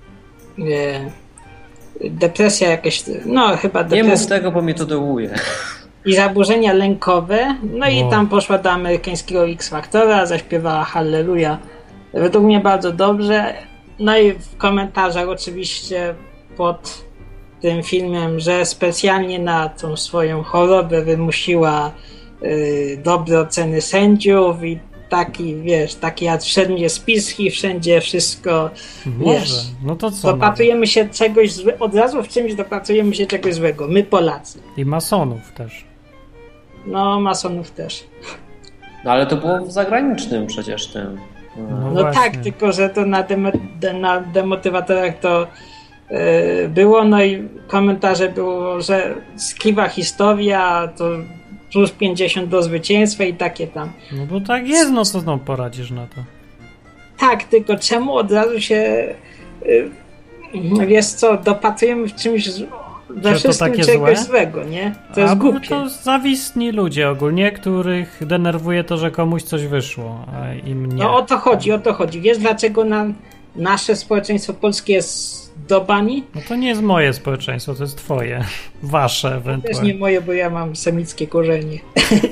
Speaker 4: depresja jakaś, no chyba depresja.
Speaker 2: Nie mów tego, bo mnie to dołuje.
Speaker 4: I zaburzenia lękowe, no i tam poszła do amerykańskiego X-Factora, zaśpiewała Halleluja. Według mnie bardzo dobrze. No i w komentarzach oczywiście pod tym filmem, że specjalnie na tą swoją chorobę wymusiła dobre oceny sędziów i takie wszędzie spiski, wszędzie wszystko, wiesz.
Speaker 1: No to co?
Speaker 4: Dopatrujemy się czegoś złego, od razu w czymś dopatrujemy się czegoś złego, my Polacy.
Speaker 1: I masonów też.
Speaker 4: No, masonów też.
Speaker 2: No ale to było w zagranicznym przecież tym.
Speaker 4: No tak, tylko że to na demotywatorach to było, no i komentarze było, że skliwa historia, to plus 50 do zwycięstwa i takie tam.
Speaker 1: No bo tak jest, no co tam poradzisz na to?
Speaker 4: Tak, tylko czemu od razu się wiesz co, dopatrujemy w czymś we wszystkim czegoś złego, nie? To jest głupie.
Speaker 1: To zawistni ludzie ogólnie, których denerwuje to, że komuś coś wyszło, a im nie.
Speaker 4: No o to chodzi. Wiesz dlaczego nasze społeczeństwo polskie jest do bani?
Speaker 1: No to nie jest moje społeczeństwo, to jest twoje. Wasze ewentualnie.
Speaker 4: To też nie moje, bo ja mam semickie korzenie.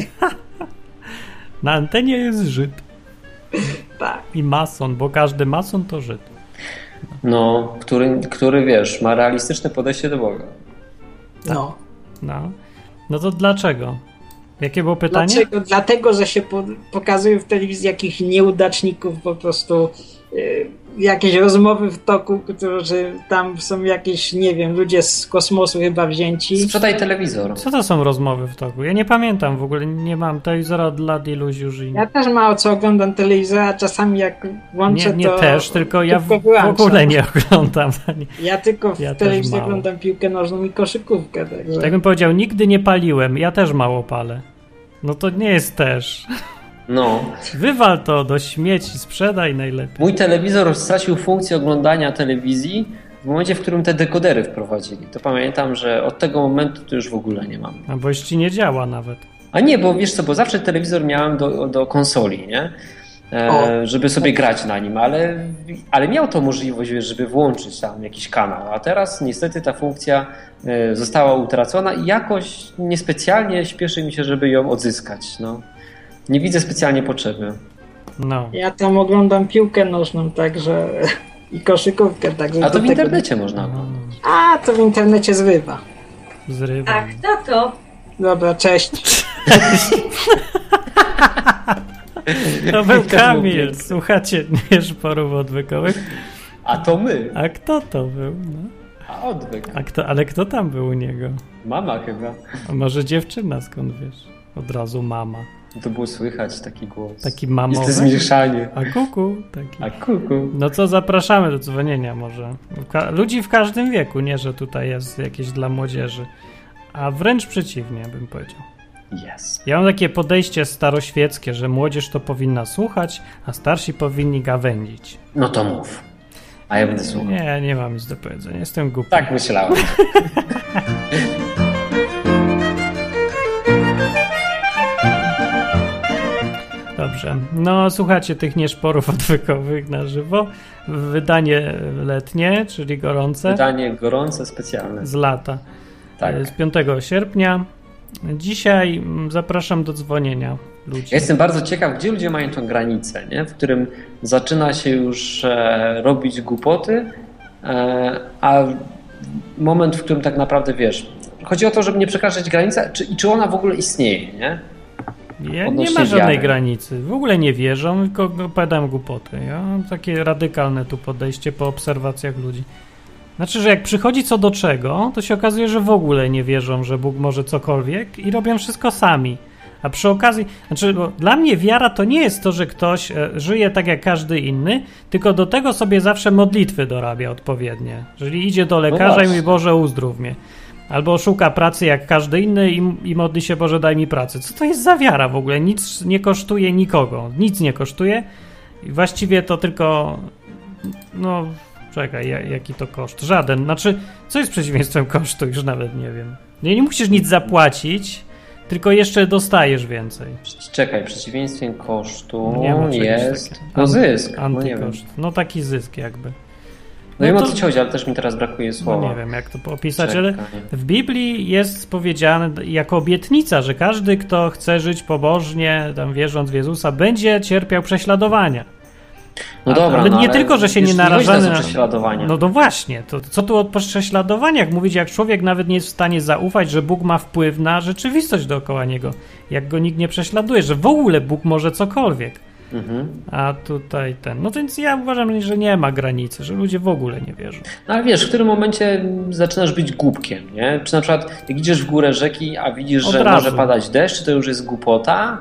Speaker 1: Na antenie jest Żyd.
Speaker 4: Tak.
Speaker 1: I mason, bo każdy mason to Żyd.
Speaker 2: No, który wiesz, ma realistyczne podejście do Boga.
Speaker 1: Tak. No to dlaczego? Jakie było pytanie?
Speaker 4: Dlaczego? Dlatego, że się pokazuje w telewizji jakichś nieudaczników, po prostu jakieś rozmowy w toku, którzy tam są jakieś, nie wiem, ludzie z kosmosu chyba wzięci.
Speaker 2: Sprzedaj telewizor.
Speaker 1: Co to są rozmowy w toku? Ja nie pamiętam w ogóle, nie mam telewizora od lat iluś już.
Speaker 4: Ja też mało co oglądam telewizora, czasami jak włączę
Speaker 1: nie
Speaker 4: to...
Speaker 1: też, tylko ja w ogóle nie oglądam.
Speaker 4: Ja tylko w telewizji oglądam piłkę nożną i koszykówkę. Także.
Speaker 1: Tak bym powiedział, nigdy nie paliłem, ja też mało palę. No to nie jest też.
Speaker 2: No.
Speaker 1: Wywal to do śmieci, sprzedaj najlepiej.
Speaker 2: Mój telewizor stracił funkcję oglądania telewizji w momencie, w którym te dekodery wprowadzili. To pamiętam, że od tego momentu to już w ogóle nie mam.
Speaker 1: A bo ci nie działa nawet.
Speaker 2: A nie, bo wiesz co, bo zawsze telewizor miałem do konsoli, nie? Żeby sobie grać na nim, ale miał to możliwość, wiesz, żeby włączyć tam jakiś kanał, a teraz niestety ta funkcja została utracona i jakoś niespecjalnie śpieszy mi się, żeby ją odzyskać. No. Nie widzę specjalnie potrzeby.
Speaker 1: No.
Speaker 4: Ja tam oglądam piłkę nożną, także i koszykówkę. Także
Speaker 2: a to w internecie można oglądać.
Speaker 4: A, to w internecie zrywa.
Speaker 5: A kto to?
Speaker 4: Dobra, cześć.
Speaker 1: To był Kamil. Słuchacie Nieszporów Odwykowych.
Speaker 2: A to my.
Speaker 1: A kto to był? No.
Speaker 2: A odwyk.
Speaker 1: Ale kto tam był u niego?
Speaker 2: Mama chyba.
Speaker 1: A może dziewczyna, skąd wiesz? Od razu mama.
Speaker 2: To było słychać taki głos.
Speaker 1: Taki mamowy.
Speaker 2: Jest to zmieszanie.
Speaker 1: A kuku. Taki.
Speaker 2: A kuku.
Speaker 1: No co, zapraszamy do dzwonienia może. Ludzi w każdym wieku, nie, że tutaj jest jakieś dla młodzieży. A wręcz przeciwnie, bym powiedział.
Speaker 2: Yes.
Speaker 1: Ja mam takie podejście staroświeckie, że młodzież to powinna słuchać, a starsi powinni gawędzić.
Speaker 2: No to mów. A ja będę słuchał.
Speaker 1: Nie mam nic do powiedzenia. Jestem głupi.
Speaker 2: Tak myślałem.
Speaker 1: Dobrze. No słuchacie tych Nieszporów Odwykowych na żywo. Wydanie letnie, czyli gorące.
Speaker 2: Wydanie gorące, specjalne.
Speaker 1: Z lata.
Speaker 2: Tak.
Speaker 1: Z 5 sierpnia. Dzisiaj zapraszam do dzwonienia ludzi.
Speaker 2: Ja jestem bardzo ciekaw, gdzie ludzie mają tą granicę, nie? W którym zaczyna się już robić głupoty, a moment, w którym tak naprawdę wiesz, chodzi o to, żeby nie przekraczać granicy, czy ona w ogóle istnieje, nie?
Speaker 1: Nie ma żadnej granicy. W ogóle nie wierzą, tylko opowiadam głupoty. Ja mam takie radykalne tu podejście po obserwacjach ludzi. Znaczy, że jak przychodzi co do czego, to się okazuje, że w ogóle nie wierzą, że Bóg może cokolwiek i robią wszystko sami. A przy okazji, bo dla mnie wiara to nie jest to, że ktoś żyje tak jak każdy inny, tylko do tego sobie zawsze modlitwy dorabia odpowiednie. Jeżeli idzie do lekarza i mówi, Boże, uzdrów mnie. Albo szuka pracy jak każdy inny i modli się, Boże, daj mi pracę. Co to jest za wiara w ogóle? Nic nie kosztuje nikogo. Nic nie kosztuje. I właściwie to tylko... Czekaj, jaki to koszt? Żaden. Znaczy, co jest przeciwieństwem kosztu? Już nawet nie wiem. Nie musisz nic zapłacić, tylko jeszcze dostajesz więcej.
Speaker 2: Czekaj, przeciwieństwem kosztu jest zysk.
Speaker 1: Antykoszt. Taki zysk jakby.
Speaker 2: Wiem o co ci chodzi, ale też mi teraz brakuje słowa.
Speaker 1: Nie wiem, jak to opisać, ale w Biblii jest powiedziane jako obietnica, że każdy, kto chce żyć pobożnie, tam wierząc w Jezusa, będzie cierpiał prześladowania. Ale nie tylko, że się nie narażamy na
Speaker 2: prześladowania.
Speaker 1: No właśnie, to co tu o prześladowaniach mówić, jak człowiek nawet nie jest w stanie zaufać, że Bóg ma wpływ na rzeczywistość dookoła niego, jak go nikt nie prześladuje, że w ogóle Bóg może cokolwiek. A tutaj No więc ja uważam, że nie ma granicy, że ludzie w ogóle nie wierzą.
Speaker 2: Ale wiesz, w którym momencie zaczynasz być głupkiem, nie? Czy na przykład jak idziesz w górę rzeki, a widzisz, że może padać deszcz, to już jest głupota,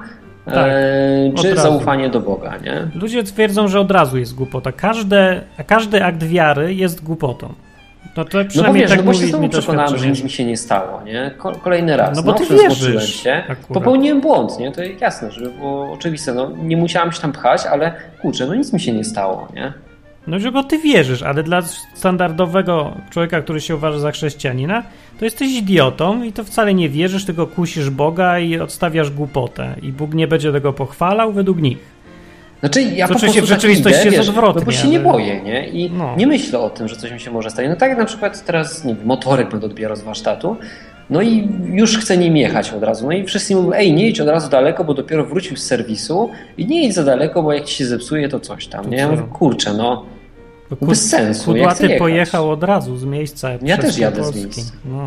Speaker 2: czy zaufanie do Boga, nie?
Speaker 1: Ludzie twierdzą, że od razu jest głupota. Każdy akt wiary jest głupotą. To przynajmniej
Speaker 2: bo się znowu przekonałem, że nic mi się nie stało, nie? Kolejny raz.
Speaker 1: Bo ty wierzysz.
Speaker 2: Popełniłem błąd, nie? To jasne, żeby było oczywiste. Nie musiałem się tam pchać, ale kurczę, nic mi się nie stało, nie?
Speaker 1: Bo ty wierzysz, ale dla standardowego człowieka, który się uważa za chrześcijanina, to jesteś idiotą i to wcale nie wierzysz, tylko kusisz Boga i odstawiasz głupotę. I Bóg nie będzie tego pochwalał według nich.
Speaker 2: Znaczy, ja
Speaker 1: po prostu w rzeczywistości jest odwrotnie.
Speaker 2: Bo się nie boję, nie? I nie myślę o tym, że coś mi się może stać. Tak jak na przykład teraz, motorek będę odbierał z warsztatu, i już chcę nim jechać od razu. I wszyscy mówią, nie idź od razu daleko, bo dopiero wrócił z serwisu i nie idź za daleko, bo jak ci się zepsuje, to coś tam. Nie? Ja mówię, kurczę, bez sensu.
Speaker 1: Kudłaty pojechał od razu z miejsca.
Speaker 2: Ja też jadę z miejsca.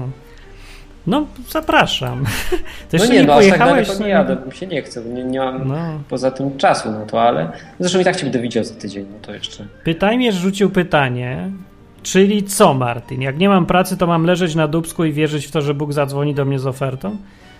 Speaker 1: Zapraszam.
Speaker 2: Aż tak daleko nie jadę, bo mi się nie chce, nie mam poza tym czasu na to, ale zresztą i tak cię będę widział za tydzień, to jeszcze.
Speaker 1: Pytajmierz rzucił pytanie, czyli co, Martin? Jak nie mam pracy, to mam leżeć na dupsku i wierzyć w to, że Bóg zadzwoni do mnie z ofertą?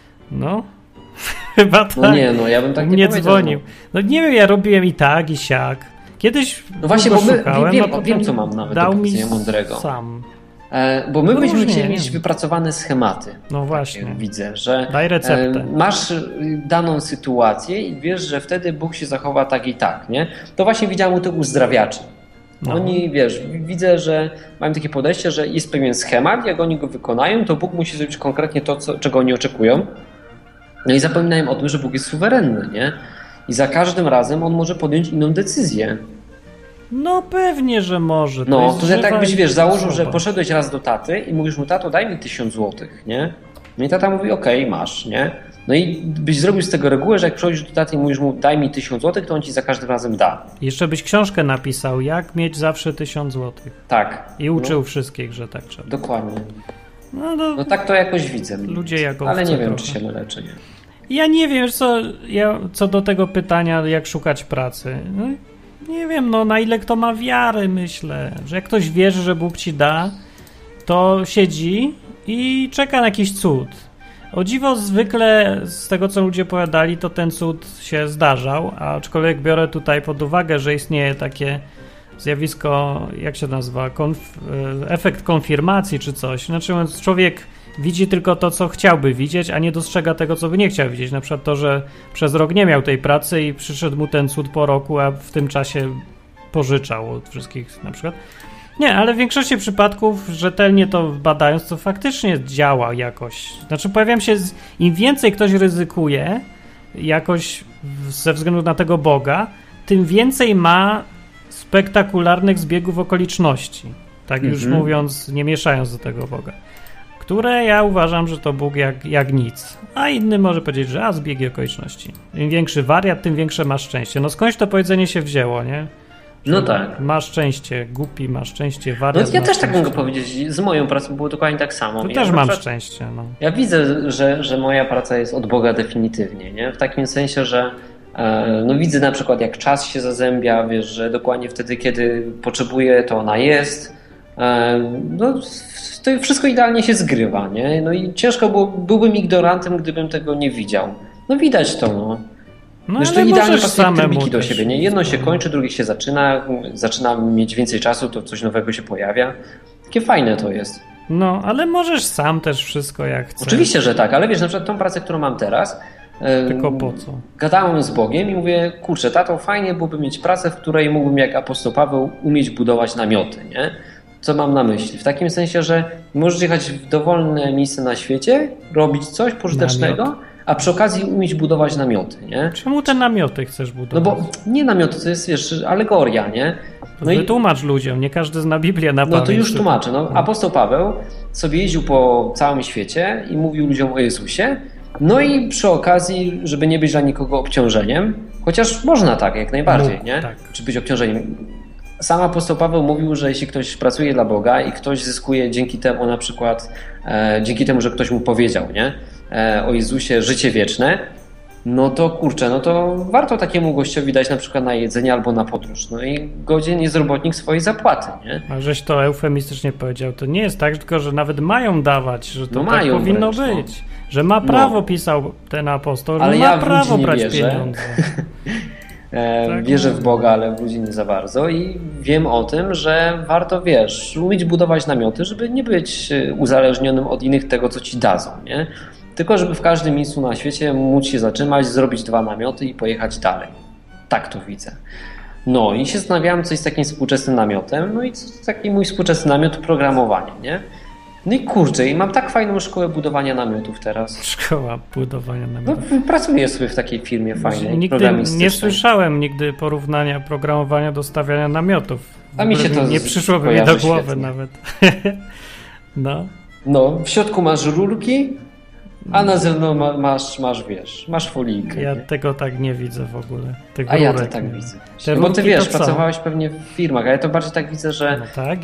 Speaker 1: Chyba tak.
Speaker 2: Ja bym tak nie
Speaker 1: dzwonił. Nie wiem, ja robiłem i tak, i siak. Kiedyś
Speaker 2: właśnie, bo
Speaker 1: szukałem,
Speaker 2: wiem, co mam nawet
Speaker 1: dał
Speaker 2: do
Speaker 1: mi
Speaker 2: mądrego.
Speaker 1: Sam.
Speaker 2: Bo my byśmy chcieli mieć wypracowane schematy.
Speaker 1: Właśnie.
Speaker 2: Widzę, że
Speaker 1: daj receptę.
Speaker 2: Masz daną sytuację i wiesz, że wtedy Bóg się zachowa tak i tak, nie? To właśnie widziałem u tych uzdrawiaczy. Oni, widzę, że mają takie podejście, że jest pewien schemat, jak oni go wykonają, to Bóg musi zrobić konkretnie to, czego oni oczekują. I zapominają o tym, że Bóg jest suwerenny, nie? I za każdym razem on może podjąć inną decyzję.
Speaker 1: Pewnie, że może.
Speaker 2: To tak byś, założył, że poszedłeś raz do taty i mówisz mu, tato, daj mi 1000 złotych, nie? I tata mówi, okej, masz, nie? I byś zrobił z tego regułę, że jak przychodzisz do taty i mówisz mu, daj mi 1000 złotych, to on ci za każdym razem da.
Speaker 1: Jeszcze byś książkę napisał, jak mieć zawsze 1000 złotych.
Speaker 2: Tak.
Speaker 1: I uczył wszystkich, że tak trzeba.
Speaker 2: Dokładnie. Tak to jakoś widzę.
Speaker 1: Ludzie jako
Speaker 2: ale nie wiem, czy się mylę, czy nie.
Speaker 1: Ja nie wiem, co do tego pytania, jak szukać pracy. Nie wiem, na ile kto ma wiary, myślę, że jak ktoś wierzy, że Bóg ci da, to siedzi i czeka na jakiś cud. O dziwo zwykle z tego, co ludzie opowiadali, to ten cud się zdarzał, aczkolwiek biorę tutaj pod uwagę, że istnieje takie zjawisko, jak się nazywa, efekt konfirmacji czy coś. Znaczy mówiąc, człowiek widzi tylko to, co chciałby widzieć, a nie dostrzega tego, co by nie chciał widzieć. Na przykład to, że przez rok nie miał tej pracy i przyszedł mu ten cud po roku, a w tym czasie pożyczał od wszystkich na przykład. Nie, ale w większości przypadków, rzetelnie to badając, to faktycznie działa jakoś. Znaczy pojawiam się, im więcej ktoś ryzykuje jakoś ze względu na tego Boga, tym więcej ma spektakularnych zbiegów okoliczności. Tak już mówiąc, nie mieszając do tego Boga. które ja uważam, że to Bóg jak nic. A inny może powiedzieć, że zbiegi okoliczności. Im większy wariat, tym większe masz szczęście. No skądś to powiedzenie się wzięło, nie? Że
Speaker 2: no tak.
Speaker 1: Masz szczęście, głupi, masz szczęście, wariat.
Speaker 2: No ja też tak mogę powiedzieć. Z moją pracą było dokładnie tak samo.
Speaker 1: Ja też mam szczęście. No.
Speaker 2: Ja widzę, że moja praca jest od Boga definitywnie, nie? W takim sensie, że no widzę na przykład jak czas się zazębia, wiesz, że dokładnie wtedy, kiedy potrzebuję, to ona jest. No to wszystko idealnie się zgrywa, nie? No i ciężko byłbym ignorantem, gdybym tego nie widział. No widać to, no.
Speaker 1: No
Speaker 2: wiesz, to idealnie pasuje trybiki do siebie, nie? Jedno się kończy, drugie się zaczyna mieć więcej czasu, to coś nowego się pojawia. Takie fajne to jest.
Speaker 1: No, ale możesz sam też wszystko jak chcesz.
Speaker 2: Oczywiście, że tak, ale wiesz, na przykład tą pracę, którą mam teraz,
Speaker 1: tylko po co?
Speaker 2: Gadałem z Bogiem i mówię, kurczę, tato, fajnie byłoby mieć pracę, w której mógłbym jak apostoł Paweł umieć budować namioty, nie? Co mam na myśli? W takim sensie, że możesz jechać w dowolne miejsce na świecie, robić coś pożytecznego, a przy okazji umieć budować namioty, nie?
Speaker 1: Czemu te namioty chcesz budować?
Speaker 2: No bo nie namioty, to jest, wiesz, alegoria, nie?
Speaker 1: No wytłumacz ludziom, nie każdy zna Biblię na pamięć.
Speaker 2: No to już tłumaczę. No, apostoł Paweł sobie jeździł po całym świecie i mówił ludziom o Jezusie, no i przy okazji, żeby nie być dla nikogo obciążeniem, chociaż można tak, jak najbardziej, nie? Tak. Czy być obciążeniem. Sam apostoł Paweł mówił, że jeśli ktoś pracuje dla Boga i ktoś zyskuje dzięki temu na przykład, dzięki temu, że ktoś mu powiedział, nie? O Jezusie życie wieczne, no to kurczę, no to warto takiemu gościowi dać na przykład na jedzenie albo na podróż. No i godzien jest robotnik swojej zapłaty, nie?
Speaker 1: A żeś to eufemistycznie powiedział, to nie jest tak, tylko że nawet mają dawać, że to tak powinno być. Że ma prawo, pisał ten apostoł, że ma prawo brać pieniądze.
Speaker 2: Wierzę w Boga, ale w ludzi nie za bardzo i wiem o tym, że warto, wiesz, umieć budować namioty, żeby nie być uzależnionym od innych tego, co ci dadzą, nie? Tylko żeby w każdym miejscu na świecie móc się zatrzymać, zrobić 2 namioty i pojechać dalej. Tak to widzę. No i się zastanawiałem, co jest takim współczesnym namiotem, no i taki mój współczesny namiot, programowanie, nie? No i kurczę, i mam tak fajną szkołę budowania namiotów teraz.
Speaker 1: Szkoła budowania namiotów.
Speaker 2: No, pracuję sobie w takiej firmie fajnej,
Speaker 1: nigdy nie słyszałem nigdy porównania programowania do stawiania namiotów.
Speaker 2: A mi się to
Speaker 1: nie przyszłoby mi do głowy świetnie. Nawet.
Speaker 2: No, w środku masz rurki, a na zewnątrz masz folijkę.
Speaker 1: Ja tego tak nie widzę w ogóle.
Speaker 2: A ja to tak widzę. No bo ty wiesz, pracowałeś pewnie w firmach, a ja to bardziej tak widzę, że
Speaker 1: no tak,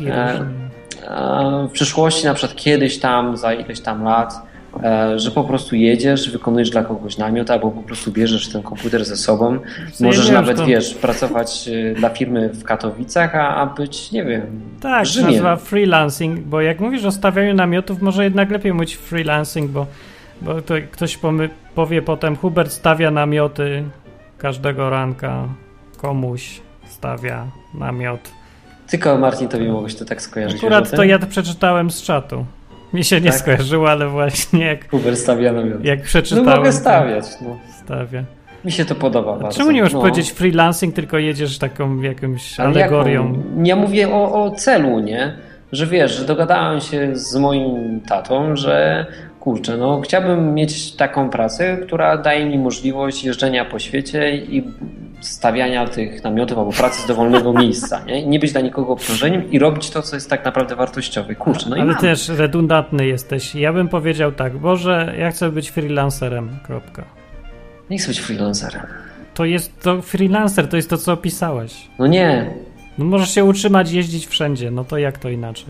Speaker 2: w przyszłości, na przykład kiedyś tam, za ileś tam lat, że po prostu jedziesz, wykonujesz dla kogoś namiot, albo po prostu bierzesz ten komputer ze sobą. Możesz nawet, wiesz, pracować dla firmy w Katowicach, a być, nie wiem,
Speaker 1: tak,
Speaker 2: w Rzymie.
Speaker 1: nazywa freelancing, bo jak mówisz o stawianiu namiotów, może jednak lepiej mówić freelancing, bo to ktoś powie potem, Hubert stawia namioty każdego ranka, komuś stawia namiot.
Speaker 2: Tylko Marcin, tobie mogłeś to tak skojarzyć.
Speaker 1: Akurat to ja to przeczytałem z czatu. Mi się nie skojarzyło, ale właśnie jak...
Speaker 2: Hubert stawia namiot.
Speaker 1: Jak przeczytałem...
Speaker 2: No mogę stawiać. No.
Speaker 1: Stawia.
Speaker 2: Mi się to podoba bardzo.
Speaker 1: Czemu nie możesz powiedzieć freelancing, tylko jedziesz taką jakąś alegorią?
Speaker 2: Ja mówię o celu, nie? Że wiesz, że dogadałem się z moim tatą, że kurczę, no chciałbym mieć taką pracę, która daje mi możliwość jeżdżenia po świecie i stawiania tych namiotów albo pracy z dowolnego miejsca, nie być dla nikogo obciążeniem i robić to, co jest tak naprawdę wartościowe. Kurczę, no i
Speaker 1: ale też redundantny jesteś. Ja bym powiedział tak, Boże, ja chcę być freelancerem, kropka.
Speaker 2: Nie chcę być freelancerem.
Speaker 1: To freelancer, to jest to, co opisałeś.
Speaker 2: No nie.
Speaker 1: No możesz się utrzymać, jeździć wszędzie, no to jak to inaczej?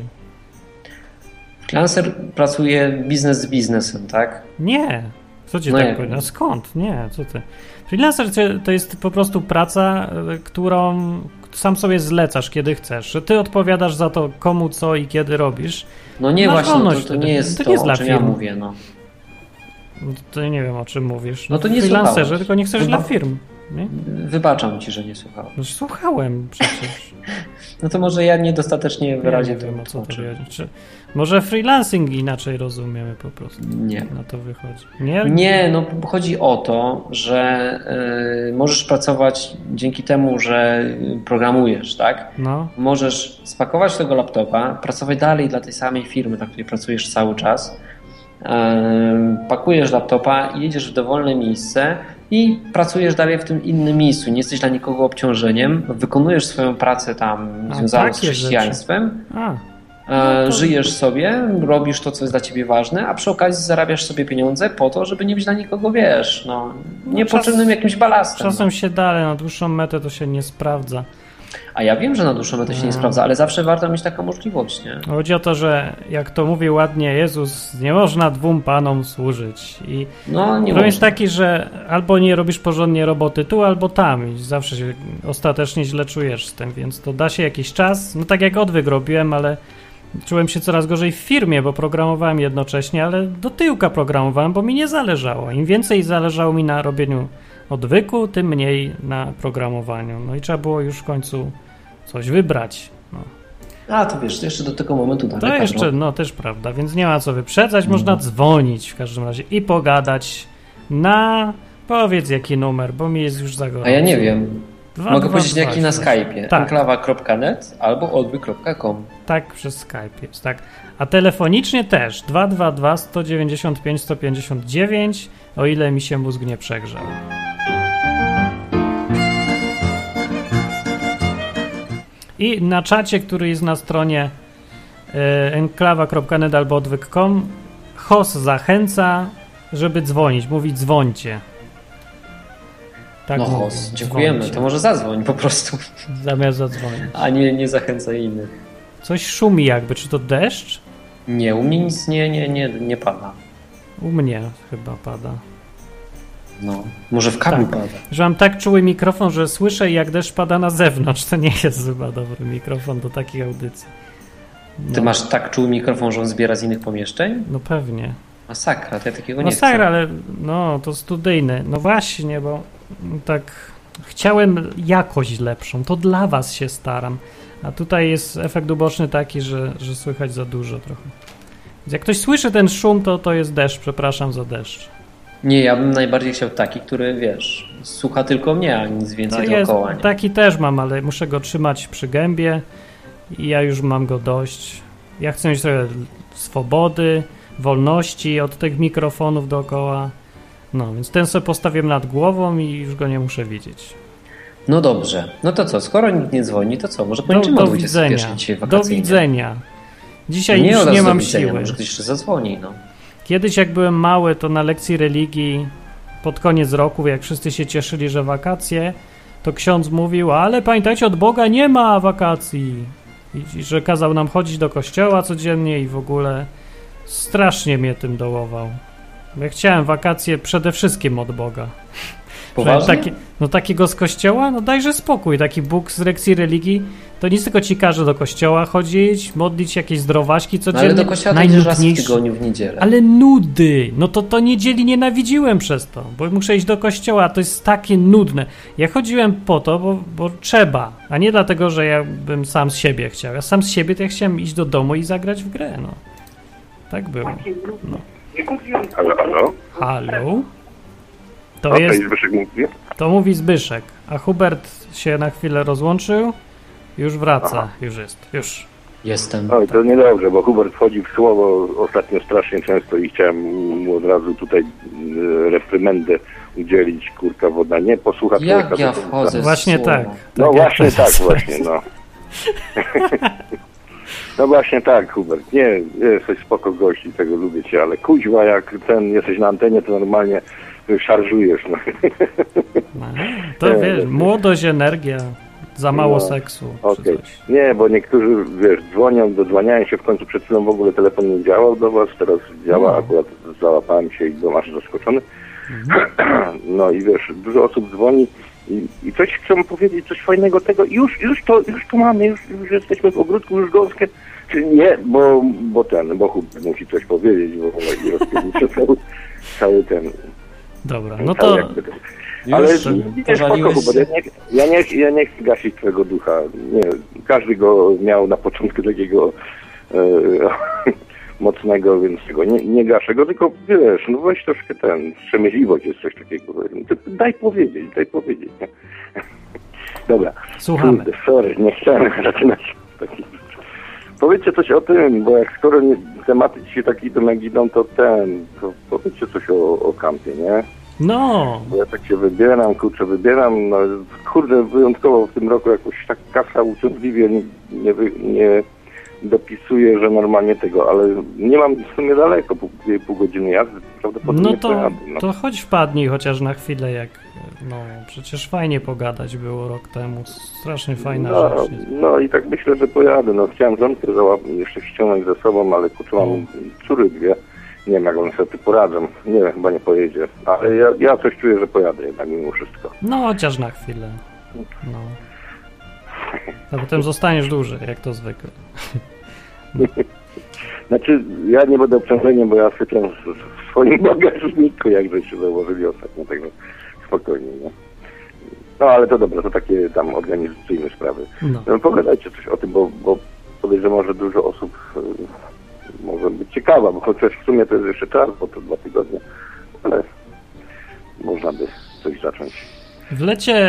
Speaker 2: Freelancer pracuje biznes z biznesem, tak?
Speaker 1: Nie. Co ci tak powiedział? Skąd? Nie, co ty? Freelancer to jest po prostu praca, którą sam sobie zlecasz, kiedy chcesz. Że ty odpowiadasz za to, komu, co i kiedy robisz.
Speaker 2: No nie, właśnie, to nie jest to, o czym ja mówię, no.
Speaker 1: To nie wiem, o czym mówisz.
Speaker 2: No to nie
Speaker 1: freelancerze,
Speaker 2: słuchałeś.
Speaker 1: tylko nie chcesz dla firm. Nie?
Speaker 2: Wybaczam ci, że nie słuchałem.
Speaker 1: No, słuchałem przecież.
Speaker 2: No to może ja niedostatecznie wyraźnie to
Speaker 1: tłumaczę. Może freelancing inaczej rozumiemy po prostu.
Speaker 2: Nie.
Speaker 1: Na to wychodzi.
Speaker 2: Nie, no chodzi o to, że możesz pracować dzięki temu, że programujesz, tak?
Speaker 1: No.
Speaker 2: Możesz spakować tego laptopa, pracować dalej dla tej samej firmy, dla której pracujesz cały czas. Pakujesz laptopa i jedziesz w dowolne miejsce i pracujesz dalej w tym innym miejscu. Nie jesteś dla nikogo obciążeniem. Wykonujesz swoją pracę tam związaną z chrześcijaństwem. Żyjesz sobie, robisz to, co jest dla ciebie ważne, a przy okazji zarabiasz sobie pieniądze po to, żeby nie być dla nikogo, wiesz, niepotrzebnym jakimś balastem.
Speaker 1: Czasem się da, ale na dłuższą metę to się nie sprawdza.
Speaker 2: A ja wiem, że na dłuższą metę się nie sprawdza, ale zawsze warto mieć taką możliwość, nie?
Speaker 1: Chodzi o to, że jak to mówi ładnie Jezus, nie można 2 panom służyć. I problem jest taki, że albo nie robisz porządnie roboty tu, albo tam i zawsze się ostatecznie źle czujesz z tym, więc to da się jakiś czas. No tak jak odwyk robiłem, ale czułem się coraz gorzej w firmie, bo programowałem jednocześnie, ale do tyłka programowałem, bo mi nie zależało. Im więcej zależało mi na robieniu odwyku, tym mniej na programowaniu. No i trzeba było już w końcu coś wybrać. No.
Speaker 2: A, to wiesz, to jeszcze do tego momentu daleko.
Speaker 1: To jeszcze, też prawda, więc nie ma co wyprzedzać, można dzwonić w każdym razie i pogadać na, powiedz jaki numer, bo mi jest już za gorąco.
Speaker 2: A ja nie wiem. Mogę powiedzieć jaki na Skype'ie. Tak. enklawa.net albo odwyk.com.
Speaker 1: Tak, przez Skype jest, tak. A telefonicznie też 222 195 159, o ile mi się mózg nie przegrzał. I na czacie, który jest na stronie enklawa.net albo odwyk.com, host zachęca, żeby dzwonić. Mówi dzwońcie. Tak
Speaker 2: host, dziękujemy. Dzwońcie. To może zadzwoń po prostu.
Speaker 1: Zamiast zadzwonić.
Speaker 2: A nie zachęcaj innych.
Speaker 1: Coś szumi jakby. Czy to deszcz?
Speaker 2: Nie, u mnie nic nie pada.
Speaker 1: U mnie chyba pada.
Speaker 2: No, może w kablu pada.
Speaker 1: Że mam tak czuły mikrofon, że słyszę jak deszcz pada na zewnątrz. To nie jest chyba dobry mikrofon do takich audycji. No.
Speaker 2: Ty masz tak czuły mikrofon, że on zbiera z innych pomieszczeń?
Speaker 1: No pewnie.
Speaker 2: Masakra, to ja takiego nie chcę.
Speaker 1: Masakra, ale to studyjny. No właśnie, bo tak chciałem jakość lepszą. To dla was się staram. A tutaj jest efekt uboczny taki, że słychać za dużo trochę. Więc jak ktoś słyszy ten szum, to jest deszcz. Przepraszam za deszcz.
Speaker 2: Nie, ja bym najbardziej chciał taki, który, wiesz, słucha tylko mnie, a nic więcej dookoła. Nie?
Speaker 1: Taki też mam, ale muszę go trzymać przy gębie i ja już mam go dość. Ja chcę mieć trochę swobody, wolności od tych mikrofonów dookoła. No, więc ten sobie postawiłem nad głową i już go nie muszę widzieć.
Speaker 2: No dobrze. No to co, skoro nikt nie dzwoni, to co? Może kończymy o 21 dzisiaj wakacyjnie.
Speaker 1: Do widzenia. Dzisiaj już nie mam siły.
Speaker 2: Może ktoś jeszcze zadzwoni,
Speaker 1: Kiedyś jak byłem mały, to na lekcji religii pod koniec roku, jak wszyscy się cieszyli, że wakacje, to ksiądz mówił, ale pamiętajcie, od Boga nie ma wakacji. I że kazał nam chodzić do kościoła codziennie i w ogóle strasznie mnie tym dołował. Ja chciałem wakacje przede wszystkim od Boga.
Speaker 2: Poważnie?
Speaker 1: Takiego z kościoła? No dajże spokój. Taki Bóg z lekcji religii to nic, tylko ci każe do kościoła chodzić, modlić jakieś zdrowaśki codziennie.
Speaker 2: Ale do kościoła to raz w tygodniu w niedzielę.
Speaker 1: Ale nudy. No to niedzieli nienawidziłem przez to, bo muszę iść do kościoła, a to jest takie nudne. Ja chodziłem po to, bo trzeba, a nie dlatego, że ja bym sam z siebie chciał. Ja sam z siebie to ja chciałem iść do domu i zagrać w grę, Tak było. No.
Speaker 6: Halo?
Speaker 1: Halo?
Speaker 6: To jest Zbyszek mówi?
Speaker 1: To mówi Zbyszek, a Hubert się na chwilę rozłączył, już wraca, Aha. już.
Speaker 2: Jestem.
Speaker 6: Oj, to niedobrze, bo Hubert wchodzi w słowo ostatnio strasznie często i chciałem mu od razu tutaj reprymendę udzielić, kurka woda, nie posłucha człowieka.
Speaker 2: Jak ja wchodzę
Speaker 1: właśnie tak.
Speaker 6: No właśnie tak, właśnie, no. No właśnie tak, Hubert, nie, jesteś spoko gości, tego lubię cię, ale kuźwa, jak jesteś na antenie, to normalnie szarżujesz. No.
Speaker 1: To wiesz, młodość, energia, za mało seksu.
Speaker 6: Okay. Nie, bo niektórzy, wiesz, dodzwaniają się, w końcu przed chwilą w ogóle telefon nie działał do was, teraz działa, akurat załapałem się i byłem aż zaskoczony. No i wiesz, dużo osób dzwoni i coś chcę powiedzieć, coś fajnego tego, już to mamy, już jesteśmy w ogródku, już gąskę. Czy nie, bo Hubert musi coś powiedzieć, bo i rozpierniczy cały ten...
Speaker 1: Dobra, no to...
Speaker 6: Ale nie, spoko, Hubert, ja nie chcę gasić twojego ducha. Nie, każdy go miał na początku takiego mocnego, więc tego nie gaszę go, tylko wiesz, no weź troszkę wstrzemięźliwość jest coś takiego. Daj powiedzieć, nie? Dobra.
Speaker 1: Słuchamy.
Speaker 6: Sorry, nie chciałem zaczynać takich. Powiedzcie coś o tym, bo jak skoro tematy dzisiaj takie do mnie idą, to powiedzcie coś o kampie, nie?
Speaker 1: No.
Speaker 6: Bo ja tak się wybieram, no kurde, wyjątkowo w tym roku jakoś tak kasa uciążliwie nie dopisuję, że normalnie tego, ale nie mam w sumie daleko, pół godziny jazdy, prawdopodobnie
Speaker 1: no to chodź wpadnij chociaż na chwilę, jak przecież fajnie pogadać było rok temu, strasznie fajna rzecz.
Speaker 6: No i tak myślę, że pojadę, chciałem żonkę jeszcze ściągnąć ze sobą, ale mam córy dwie, nie wiem jak one sobie poradzą, nie wiem, chyba nie pojedzie, ale ja coś czuję, że pojadę jednak mimo wszystko.
Speaker 1: No chociaż na chwilę, a potem zostaniesz dłużej, jak to zwykle.
Speaker 6: Znaczy, ja nie będę obciążeniem, bo ja sypiam w swoim bagażniku, jak żeście założyli ostatnio, także spokojnie, nie? No ale to dobra, to takie tam organizacyjne sprawy. Pogadajcie coś o tym, bo podejrzewam, że dużo osób może być ciekawa, bo chociaż w sumie to jest jeszcze czas, bo to 2 tygodnie, ale można by coś zacząć.
Speaker 1: W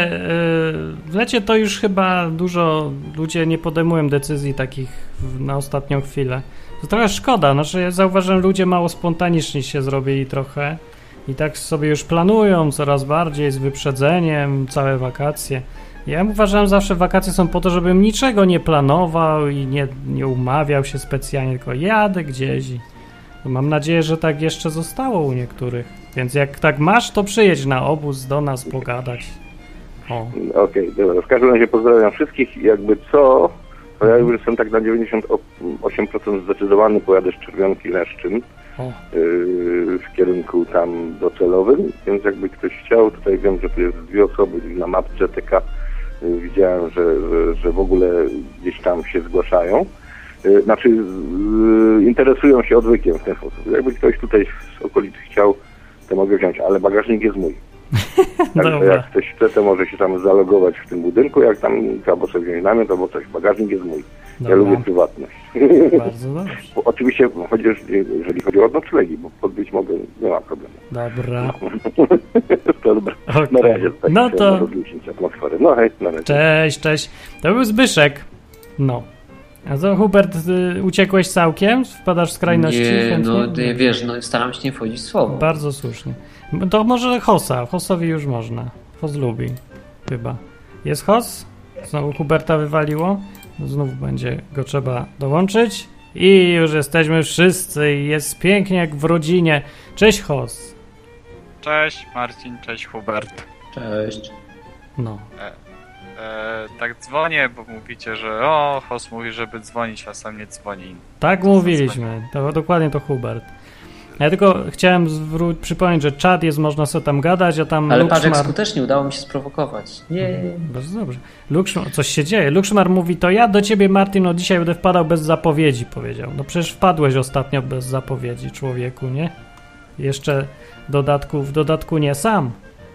Speaker 1: lecie to już chyba dużo ludzie nie podejmują decyzji takich na ostatnią chwilę. To trochę szkoda, znaczy ja zauważyłem, ludzie mało spontaniczni się zrobili trochę i tak sobie już planują coraz bardziej z wyprzedzeniem całe wakacje. Ja uważałem zawsze, wakacje są po to, żebym niczego nie planował i nie umawiał się specjalnie, tylko jadę gdzieś i mam nadzieję, że tak jeszcze zostało u niektórych. Więc jak tak masz, to przyjedź na obóz do nas pogadać.
Speaker 6: Okej, dobra. W każdym razie pozdrawiam wszystkich. Jakby co, to ja już jestem tak na 98% zdecydowany, pojadę z Czerwionki Leszczyn w kierunku tam docelowym, więc jakby ktoś chciał, tutaj wiem, że tu jest 2 osoby na mapce TK. Widziałem, że w ogóle gdzieś tam się zgłaszają. Znaczy interesują się odwykiem w ten sposób. Jakby ktoś tutaj z okolicy chciał, to mogę wziąć, ale bagażnik jest mój. Także jak ktoś chce, to może się tam zalogować w tym budynku, jak tam albo sobie wziąć namiot, albo coś. Bagażnik jest mój. Dobra. Ja lubię prywatność.
Speaker 1: Bardzo dobrze.
Speaker 6: Oczywiście, jeżeli chodzi o noclegi, bo podbić mogę, nie ma problemu.
Speaker 1: Dobra.
Speaker 6: To dobra.
Speaker 1: Okay.
Speaker 6: Na razie. Tak,
Speaker 1: no to...
Speaker 6: atmosfery. No hej, na razie.
Speaker 1: Cześć. To był Zbyszek. A co, Hubert, uciekłeś całkiem? Wpadasz w skrajności?
Speaker 2: Nie, wiesz, staram się nie wchodzić w słowo.
Speaker 1: Bardzo słusznie. To może Hosowi już można. Hos lubi, chyba. Jest Hos? Znowu Huberta wywaliło? Znów będzie go trzeba dołączyć. I już jesteśmy wszyscy i jest pięknie jak w rodzinie. Cześć Hos.
Speaker 7: Cześć Marcin, cześć Hubert.
Speaker 2: Cześć.
Speaker 7: Tak dzwonię, bo mówicie, że Hos mówi, żeby dzwonić, a sam nie dzwoni.
Speaker 1: Tak mówiliśmy, to dokładnie to Hubert. Ja tylko chciałem przypomnieć, że czat jest, można sobie tam gadać, a tam
Speaker 2: ale patrz, jak skutecznie udało mi się sprowokować. Nie.
Speaker 1: Bardzo dobrze. Coś się dzieje. Lukszmar mówi, to ja do ciebie, Martin, od dzisiaj będę wpadał bez zapowiedzi, powiedział. No przecież wpadłeś ostatnio bez zapowiedzi, człowieku, nie? Jeszcze w dodatku nie sam.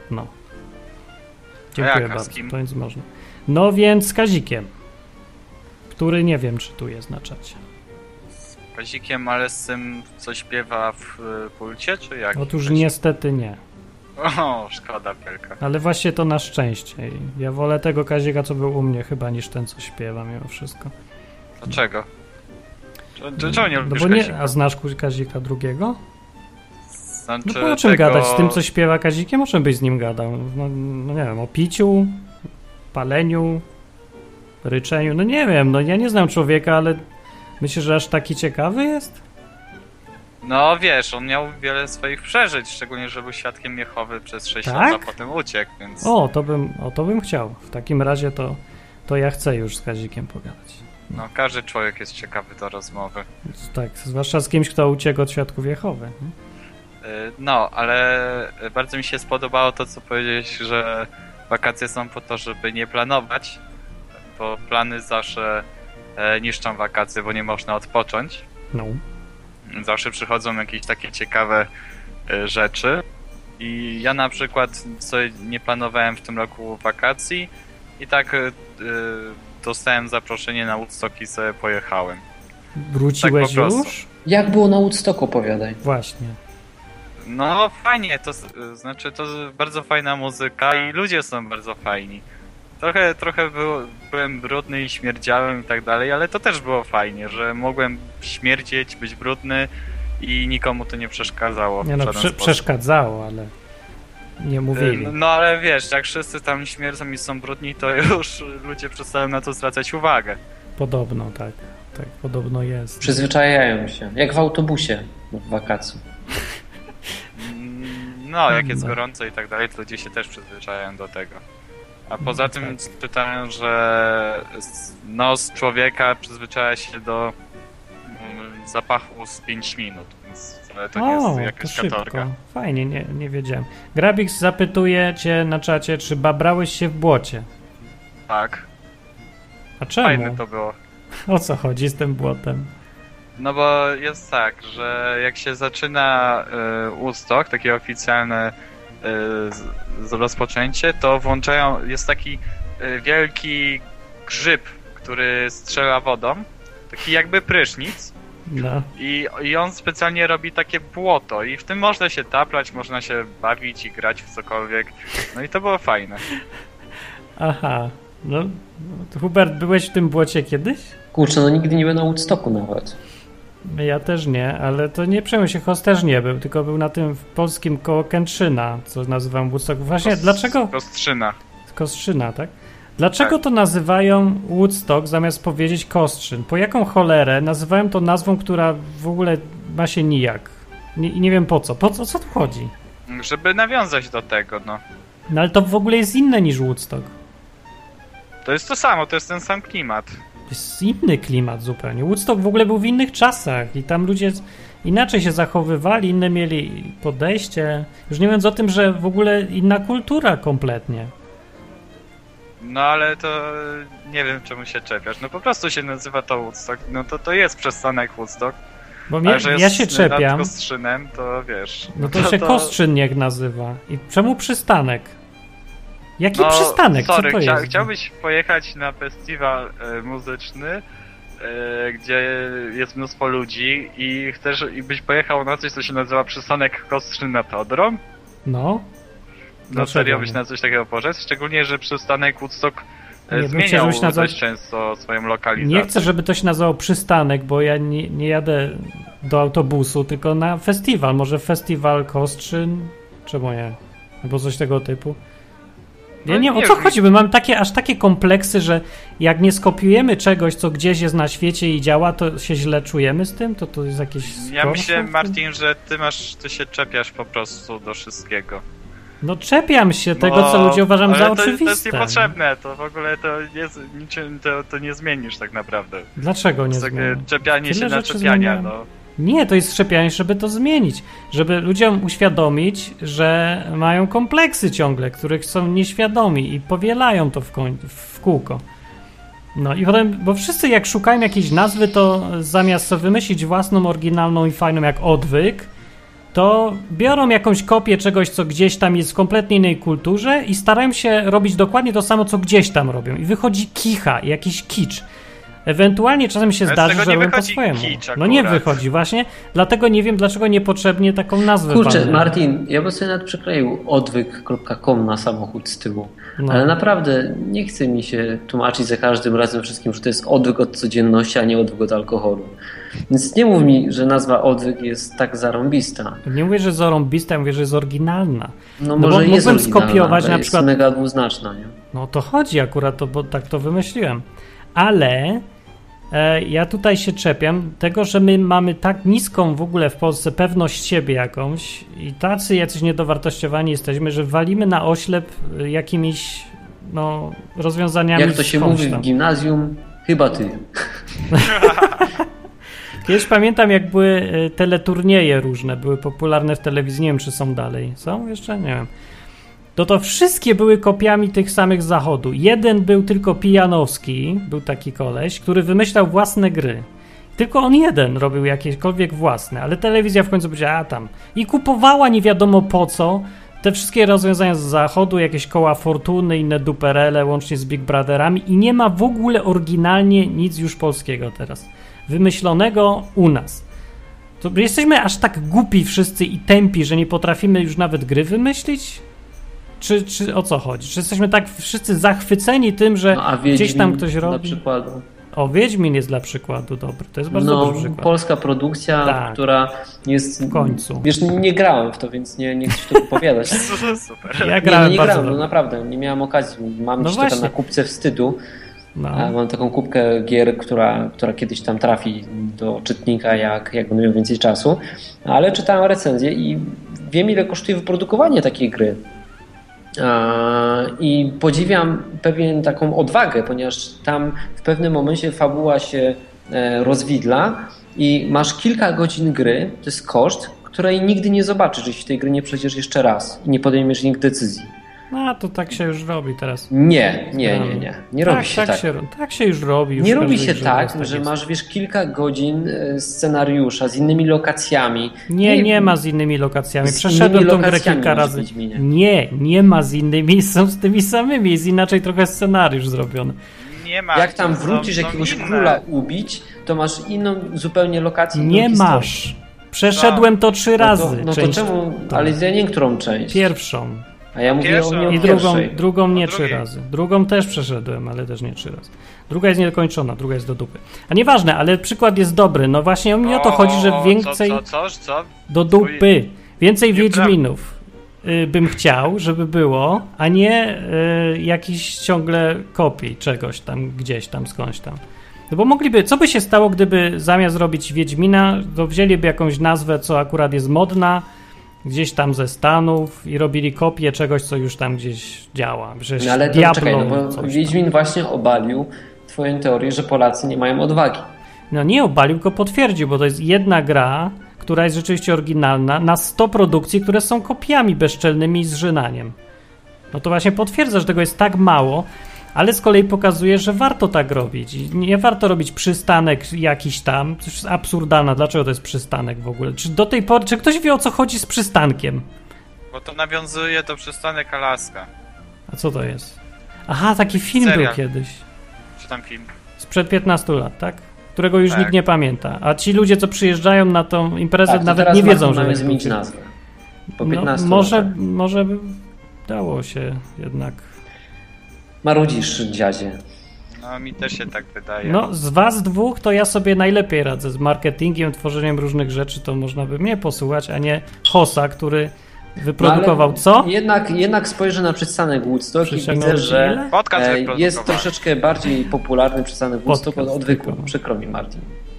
Speaker 1: Dziękuję bardzo, to nic można. No więc z Kazikiem, który nie wiem, czy tu jest na czacie.
Speaker 7: Z Kazikiem, ale z tym, co śpiewa w pulcie, czy jak?
Speaker 1: Otóż niestety nie.
Speaker 7: Szkoda wielka.
Speaker 1: Ale właśnie to na szczęście. Ja wolę tego Kazika, co był u mnie chyba, niż ten, co śpiewa mimo wszystko.
Speaker 7: Dlaczego? Czemu nie lubisz
Speaker 1: Kazika? A znasz Kazika drugiego?
Speaker 7: Znaczy
Speaker 1: po czym gadać? Z tym, co śpiewa Kazikiem? O czym byś z nim gadał? Nie wiem, o piciu, paleniu, ryczeniu? Nie wiem, ja nie znam człowieka, ale myślę, że aż taki ciekawy jest?
Speaker 7: No wiesz, on miał wiele swoich przeżyć, szczególnie, że był świadkiem Jehowy przez 6 lat, a potem uciekł, więc...
Speaker 1: To bym chciał. W takim razie to ja chcę już z Kazikiem pogadać.
Speaker 7: No, każdy człowiek jest ciekawy do rozmowy.
Speaker 1: Tak, zwłaszcza z kimś, kto uciekł od świadków Jehowy.
Speaker 7: No, ale bardzo mi się spodobało to, co powiedziałeś, że wakacje są po to, żeby nie planować, bo plany zawsze niszczą wakacje, bo nie można odpocząć.
Speaker 1: No.
Speaker 7: Zawsze przychodzą jakieś takie ciekawe rzeczy i ja na przykład sobie nie planowałem w tym roku wakacji i tak dostałem zaproszenie na Woodstock i sobie pojechałem.
Speaker 1: Wróciłeś tak już?
Speaker 2: Jak było na Woodstocku, opowiadaj.
Speaker 1: Właśnie.
Speaker 7: No fajnie, to znaczy to bardzo fajna muzyka i ludzie są bardzo fajni. Trochę byłem brudny i śmierdziałem i tak dalej, ale to też było fajnie, że mogłem śmierdzieć, być brudny i nikomu to nie przeszkadzało.
Speaker 1: Przeszkadzało, ale nie mówili.
Speaker 7: No ale wiesz, jak wszyscy tam śmierdzą i są brudni, to już ludzie przestają na to zwracać uwagę.
Speaker 1: Podobno, tak. Tak, podobno jest.
Speaker 2: Przyzwyczajają się, jak w autobusie w wakacji.
Speaker 7: No, jak jest gorąco i tak dalej, to ludzie się też przyzwyczajają do tego. A poza tym czytałem, że nos człowieka przyzwyczaja się do zapachu z 5 minut, więc to nie jest jakaś katorga.
Speaker 1: Fajnie, nie wiedziałem. Grabix zapytuje cię na czacie, czy babrałeś się w błocie?
Speaker 7: Tak.
Speaker 1: A czemu?
Speaker 7: Fajne to było.
Speaker 1: O co chodzi z tym błotem?
Speaker 7: No bo jest tak, że jak się zaczyna Woodstock, takie oficjalne rozpoczęcie, to włączają, jest taki wielki grzyb, który strzela wodą, taki jakby prysznic.
Speaker 1: No.
Speaker 7: I on specjalnie robi takie błoto i w tym można się taplać, można się bawić i grać w cokolwiek. No i to było fajne.
Speaker 1: Aha. No, Hubert, byłeś w tym błocie kiedyś?
Speaker 2: Kurczę, no nigdy nie byłem na Woodstocku nawet.
Speaker 1: Ja też nie, ale to nie przejmuj się, Host też nie był, tylko był na tym polskim koło Kętrzyna, co nazywam Woodstock. Właśnie, dlaczego?
Speaker 7: Kostrzyna.
Speaker 1: Kostrzyna, tak? Dlaczego to nazywają Woodstock zamiast powiedzieć Kostrzyn? Po jaką cholerę nazywają to nazwą, która w ogóle ma się nijak? Nie wiem po co. Co tu chodzi?
Speaker 7: Żeby nawiązać do tego, no.
Speaker 1: No ale to w ogóle jest inne niż Woodstock.
Speaker 7: To jest to samo, to jest ten sam klimat.
Speaker 1: To jest inny klimat zupełnie. Woodstock w ogóle był w innych czasach i tam ludzie inaczej się zachowywali, inne mieli podejście. Już nie mówiąc o tym, że w ogóle inna kultura kompletnie.
Speaker 7: No ale to nie wiem, czemu się czepiasz. No po prostu się nazywa to Woodstock. No to jest przystanek Woodstock.
Speaker 1: Bo ja się czepiam.
Speaker 7: Nad Kostrzynem, to wiesz.
Speaker 1: No to się Kostrzyn niech nazywa. I czemu przystanek? Jaki przystanek?
Speaker 7: Sorry,
Speaker 1: co to jest?
Speaker 7: Chciałbyś pojechać na festiwal muzyczny, gdzie jest mnóstwo ludzi i chcesz, i byś pojechał na coś, co się nazywa przystanek Kostrzyn nad Odrą?
Speaker 1: No.
Speaker 7: No serio byś na coś takiego poszedł? Szczególnie, że przystanek Woodstock zmieniał dość często swoją lokalizację.
Speaker 1: Nie chcę, żeby to się nazywało przystanek, bo ja nie jadę do autobusu, tylko na festiwal. Może festiwal Kostrzyn? Czemu nie? Albo coś tego typu. Ja nie wiem, o co chodzi, bo mam aż takie kompleksy, że jak nie skopiujemy czegoś, co gdzieś jest na świecie i działa, to się źle czujemy z tym? To jest jakieś...
Speaker 7: Ja myślę, Martin, że ty się czepiasz po prostu do wszystkiego.
Speaker 1: No czepiam się tego, co ludzie uważam za oczywiste.
Speaker 7: To jest niepotrzebne, to w ogóle to jest niczym, to nie zmienisz tak naprawdę.
Speaker 1: Dlaczego nie zmienisz?
Speaker 7: Czepianie się na czepiania, no.
Speaker 1: Nie, to jest czepianie, żeby to zmienić. Żeby ludziom uświadomić, że mają kompleksy ciągle, których są nieświadomi i powielają to w kółko. No i potem, bo wszyscy jak szukają jakiejś nazwy, to zamiast sobie wymyślić własną, oryginalną i fajną jak odwyk, to biorą jakąś kopię czegoś, co gdzieś tam jest w kompletnie innej kulturze i starają się robić dokładnie to samo, co gdzieś tam robią. I wychodzi kicha, jakiś kicz. Ewentualnie czasem się zdarzy, że robią po swojemu. No nie wychodzi właśnie, dlatego nie wiem, dlaczego niepotrzebnie taką nazwę.
Speaker 2: Kurczę, Martin, ja bym sobie nawet przykleił odwyk.com na samochód z tyłu. No. Ale naprawdę nie chce mi się tłumaczyć za każdym razem wszystkim, że to jest odwyk od codzienności, a nie odwyk od alkoholu. Więc nie mów mi, że nazwa odwyk jest tak zarąbista.
Speaker 1: Nie mówię, że zarąbista, mówię, że jest oryginalna.
Speaker 2: No może jest oryginalna,
Speaker 1: skopiować na przykład.
Speaker 2: Jest mega dwuznaczna, nie?
Speaker 1: No to chodzi akurat, bo tak to wymyśliłem. Ale ja tutaj się czepiam tego, że my mamy tak niską w ogóle w Polsce pewność siebie jakąś i tacy jacyś niedowartościowani jesteśmy, że walimy na oślep jakimiś rozwiązaniami.
Speaker 2: Jak to się mówi w gimnazjum? Chyba ty.
Speaker 1: Kiedyś pamiętam, jak były teleturnieje różne, były popularne w telewizji, nie wiem, czy są dalej. Są jeszcze? Nie wiem. To wszystkie były kopiami tych samych Zachodu. Jeden był tylko Pijanowski, był taki koleś, który wymyślał własne gry. Tylko on jeden robił jakiekolwiek własne, ale telewizja w końcu powiedziała, tam. I kupowała nie wiadomo po co te wszystkie rozwiązania z Zachodu, jakieś koła fortuny, inne duperele, łącznie z Big Brotherami i nie ma w ogóle oryginalnie nic już polskiego teraz. Wymyślonego u nas. To jesteśmy aż tak głupi wszyscy i tępi, że nie potrafimy już nawet gry wymyślić? Czy o co chodzi? Czy jesteśmy tak wszyscy zachwyceni tym, że gdzieś tam ktoś robi?
Speaker 2: Dla przykładu.
Speaker 1: O, Wiedźmin jest dla przykładu dobry. To jest bardzo dobry przykład.
Speaker 2: Polska produkcja, tak, która jest...
Speaker 1: W końcu.
Speaker 2: Wiesz, nie grałem w to, więc nie chcę się tu opowiadać.
Speaker 7: Super.
Speaker 1: Ja grałem
Speaker 2: nie grałem, naprawdę. Nie miałem okazji. Mam tam na kupce wstydu. No. Mam taką kubkę gier, która kiedyś tam trafi do czytnika, jak będę miał więcej czasu. Ale czytałem recenzję i wiem, ile kosztuje wyprodukowanie takiej gry. I podziwiam pewien taką odwagę, ponieważ tam w pewnym momencie fabuła się rozwidla i masz kilka godzin gry, to jest koszt, której nigdy nie zobaczysz, jeśli tej gry nie przejdziesz jeszcze raz i nie podejmiesz nigdy decyzji.
Speaker 1: No to tak się już robi teraz.
Speaker 2: Nie robi się tak.
Speaker 1: Tak się już robi. Już
Speaker 2: nie robi się tak, że masz kilka godzin scenariusza z innymi lokacjami.
Speaker 1: Nie ma z innymi lokacjami. Przeszedłem tą grę kilka razy. Nie ma z innymi, są z tymi samymi. Jest inaczej trochę scenariusz zrobiony.
Speaker 7: Nie ma.
Speaker 2: Jak tam wrócisz jakiegoś króla ubić, to masz inną zupełnie lokację.
Speaker 1: Nie masz. Przeszedłem to 3 razy.
Speaker 2: No to czemu? Ale ja nie którą część?
Speaker 1: Pierwszą.
Speaker 2: A ja mówię o
Speaker 1: i drugą nie 3 razy. Drugą też przeszedłem, ale też nie 3 razy. Druga jest niedokończona, druga jest do dupy. A nieważne, ale przykład jest dobry. No właśnie mi o to chodzi, że więcej
Speaker 7: Co?
Speaker 1: do dupy. Więcej Wiedźminów bym chciał, żeby było, a nie jakiś ciągle kopii czegoś tam, gdzieś tam, skądś tam. No bo mogliby, co by się stało, gdyby zamiast robić Wiedźmina, to wzięliby jakąś nazwę, co akurat jest modna, gdzieś tam ze Stanów i robili kopię czegoś, co już tam gdzieś działa. Przecież
Speaker 2: ale to
Speaker 1: Diablo,
Speaker 2: czekaj, bo Wiedźmin właśnie obalił twoją teorię, że Polacy nie mają odwagi.
Speaker 1: No nie obalił, tylko potwierdził, bo to jest jedna gra, która jest rzeczywiście oryginalna, na 100 produkcji, które są kopiami bezczelnymi z żynaniem. No to właśnie potwierdza, że tego jest tak mało, ale z kolei pokazuje, że warto tak robić. I nie warto robić przystanek jakiś tam, to jest absurdalne. Dlaczego to jest przystanek w ogóle? Czy do tej pory, czy ktoś wie, o co chodzi z przystankiem?
Speaker 7: Bo to nawiązuje do przystanek Alaska.
Speaker 1: A co to jest? Aha, taki film
Speaker 7: serial.
Speaker 1: był kiedyś.
Speaker 7: Czy tam film?
Speaker 1: Sprzed 15 lat, tak? Którego już nikt nie pamięta. A ci ludzie, co przyjeżdżają na tą imprezę, nawet nie wiedzą, że
Speaker 2: mamy zmienić nazwę. Po 15
Speaker 1: może by dało się jednak.
Speaker 2: Marudzisz, dziadzie.
Speaker 7: No mi też się tak wydaje.
Speaker 1: No z was dwóch to ja sobie najlepiej radzę z marketingiem, tworzeniem różnych rzeczy, to można by mnie posłuchać, a nie Hossa, który wyprodukował co?
Speaker 2: Jednak spojrzę na przystanek Woodstock i widzę, że jest troszeczkę bardziej popularny przystanek Woodstock od odwyku. Przykro mi, Martin.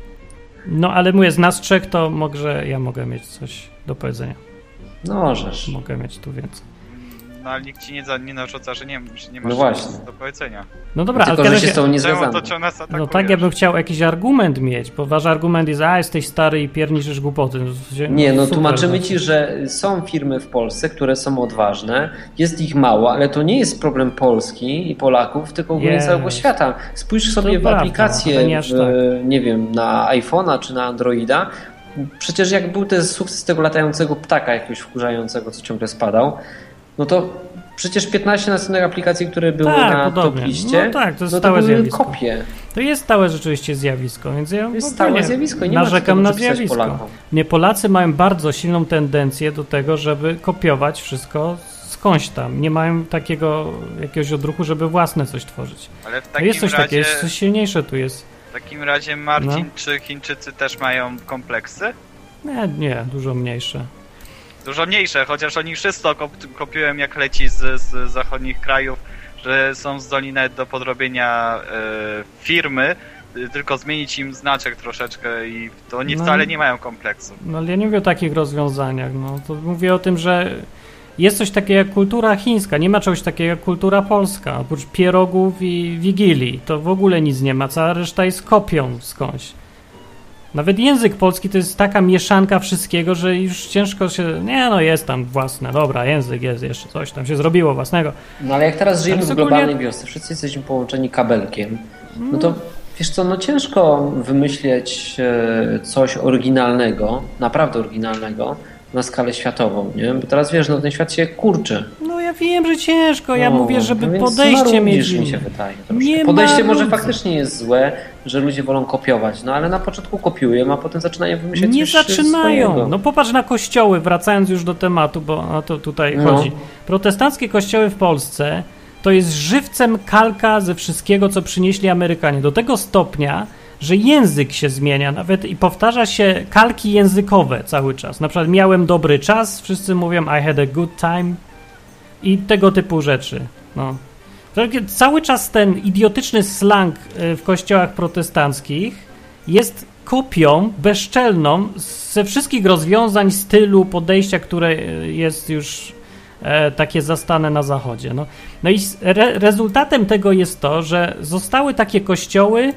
Speaker 1: No ale mówię, z nas trzech to może ja mogę mieć coś do powiedzenia.
Speaker 2: No możesz.
Speaker 1: Mogę mieć tu więcej.
Speaker 7: No ale nikt ci nie narzuca, że nie masz do powiedzenia.
Speaker 1: No dobra,
Speaker 2: tylko, że się z tą nie zgadzamy.
Speaker 1: No tak, ja bym chciał jakiś argument mieć, bo wasz argument jest, jesteś stary i pierniczysz głupoty.
Speaker 2: No tłumaczymy ci, że są firmy w Polsce, które są odważne, jest ich mało, ale to nie jest problem Polski i Polaków, tylko ogólnie całego świata. Spójrz sobie w aplikację, nie wiem, na iPhone'a czy na Androida. Przecież jak był ten sukces tego latającego ptaka jakiegoś wkurzającego, co ciągle spadał, no to przecież 15 następnych aplikacji, które były na top liście,
Speaker 1: to jest stałe zjawisko.
Speaker 2: Kopie.
Speaker 1: To jest stałe rzeczywiście zjawisko, więc ja
Speaker 2: jest stałe zjawisko, nie
Speaker 1: narzekam na zjawisko. Nie, Polacy mają bardzo silną tendencję do tego, żeby kopiować wszystko skądś tam. Nie mają jakiegoś odruchu, żeby własne coś tworzyć.
Speaker 7: Ale w takim
Speaker 1: jest coś takiego, jest coś silniejsze tu jest.
Speaker 7: W takim razie, Marcin, czy Chińczycy też mają kompleksy?
Speaker 1: Nie, dużo mniejsze.
Speaker 7: Dużo mniejsze, chociaż oni wszystko kopiują jak leci z zachodnich krajów, że są zdolni nawet do podrobienia firmy, tylko zmienić im znaczek troszeczkę i to oni wcale nie mają kompleksu.
Speaker 1: No ale ja nie mówię o takich rozwiązaniach, to mówię o tym, że jest coś takiego jak kultura chińska, nie ma czegoś takiego jak kultura polska, oprócz pierogów i wigilii, to w ogóle nic nie ma, cała reszta jest kopią skądś. Nawet język polski to jest taka mieszanka wszystkiego, że już ciężko się... jest tam własne, dobra, język jest jeszcze, coś tam się zrobiło własnego.
Speaker 2: No ale jak teraz żyjemy w globalnej wiosce, wszyscy jesteśmy połączeni kabelkiem, no to wiesz co, ciężko wymyśleć coś oryginalnego, naprawdę oryginalnego, na skalę światową, nie? Bo teraz wiesz, ten świat się kurczy.
Speaker 1: No ja wiem, że ciężko, ja mówię, żeby podejście mieć...
Speaker 2: mi się wydaje. Podejście może faktycznie jest złe, że ludzie wolą kopiować, ale na początku kopiują, a potem zaczynają wymyślać coś swojego. Nie zaczynają.
Speaker 1: No popatrz na kościoły, wracając już do tematu, bo o to tutaj chodzi. Protestanckie kościoły w Polsce to jest żywcem kalka ze wszystkiego, co przynieśli Amerykanie. Do tego stopnia, że język się zmienia nawet i powtarza się kalki językowe cały czas. Na przykład miałem dobry czas, wszyscy mówią I had a good time i tego typu rzeczy. Cały czas ten idiotyczny slang w kościołach protestanckich jest kopią bezczelną ze wszystkich rozwiązań, stylu, podejścia, które jest już takie zastane na Zachodzie. No i rezultatem tego jest to, że zostały takie kościoły,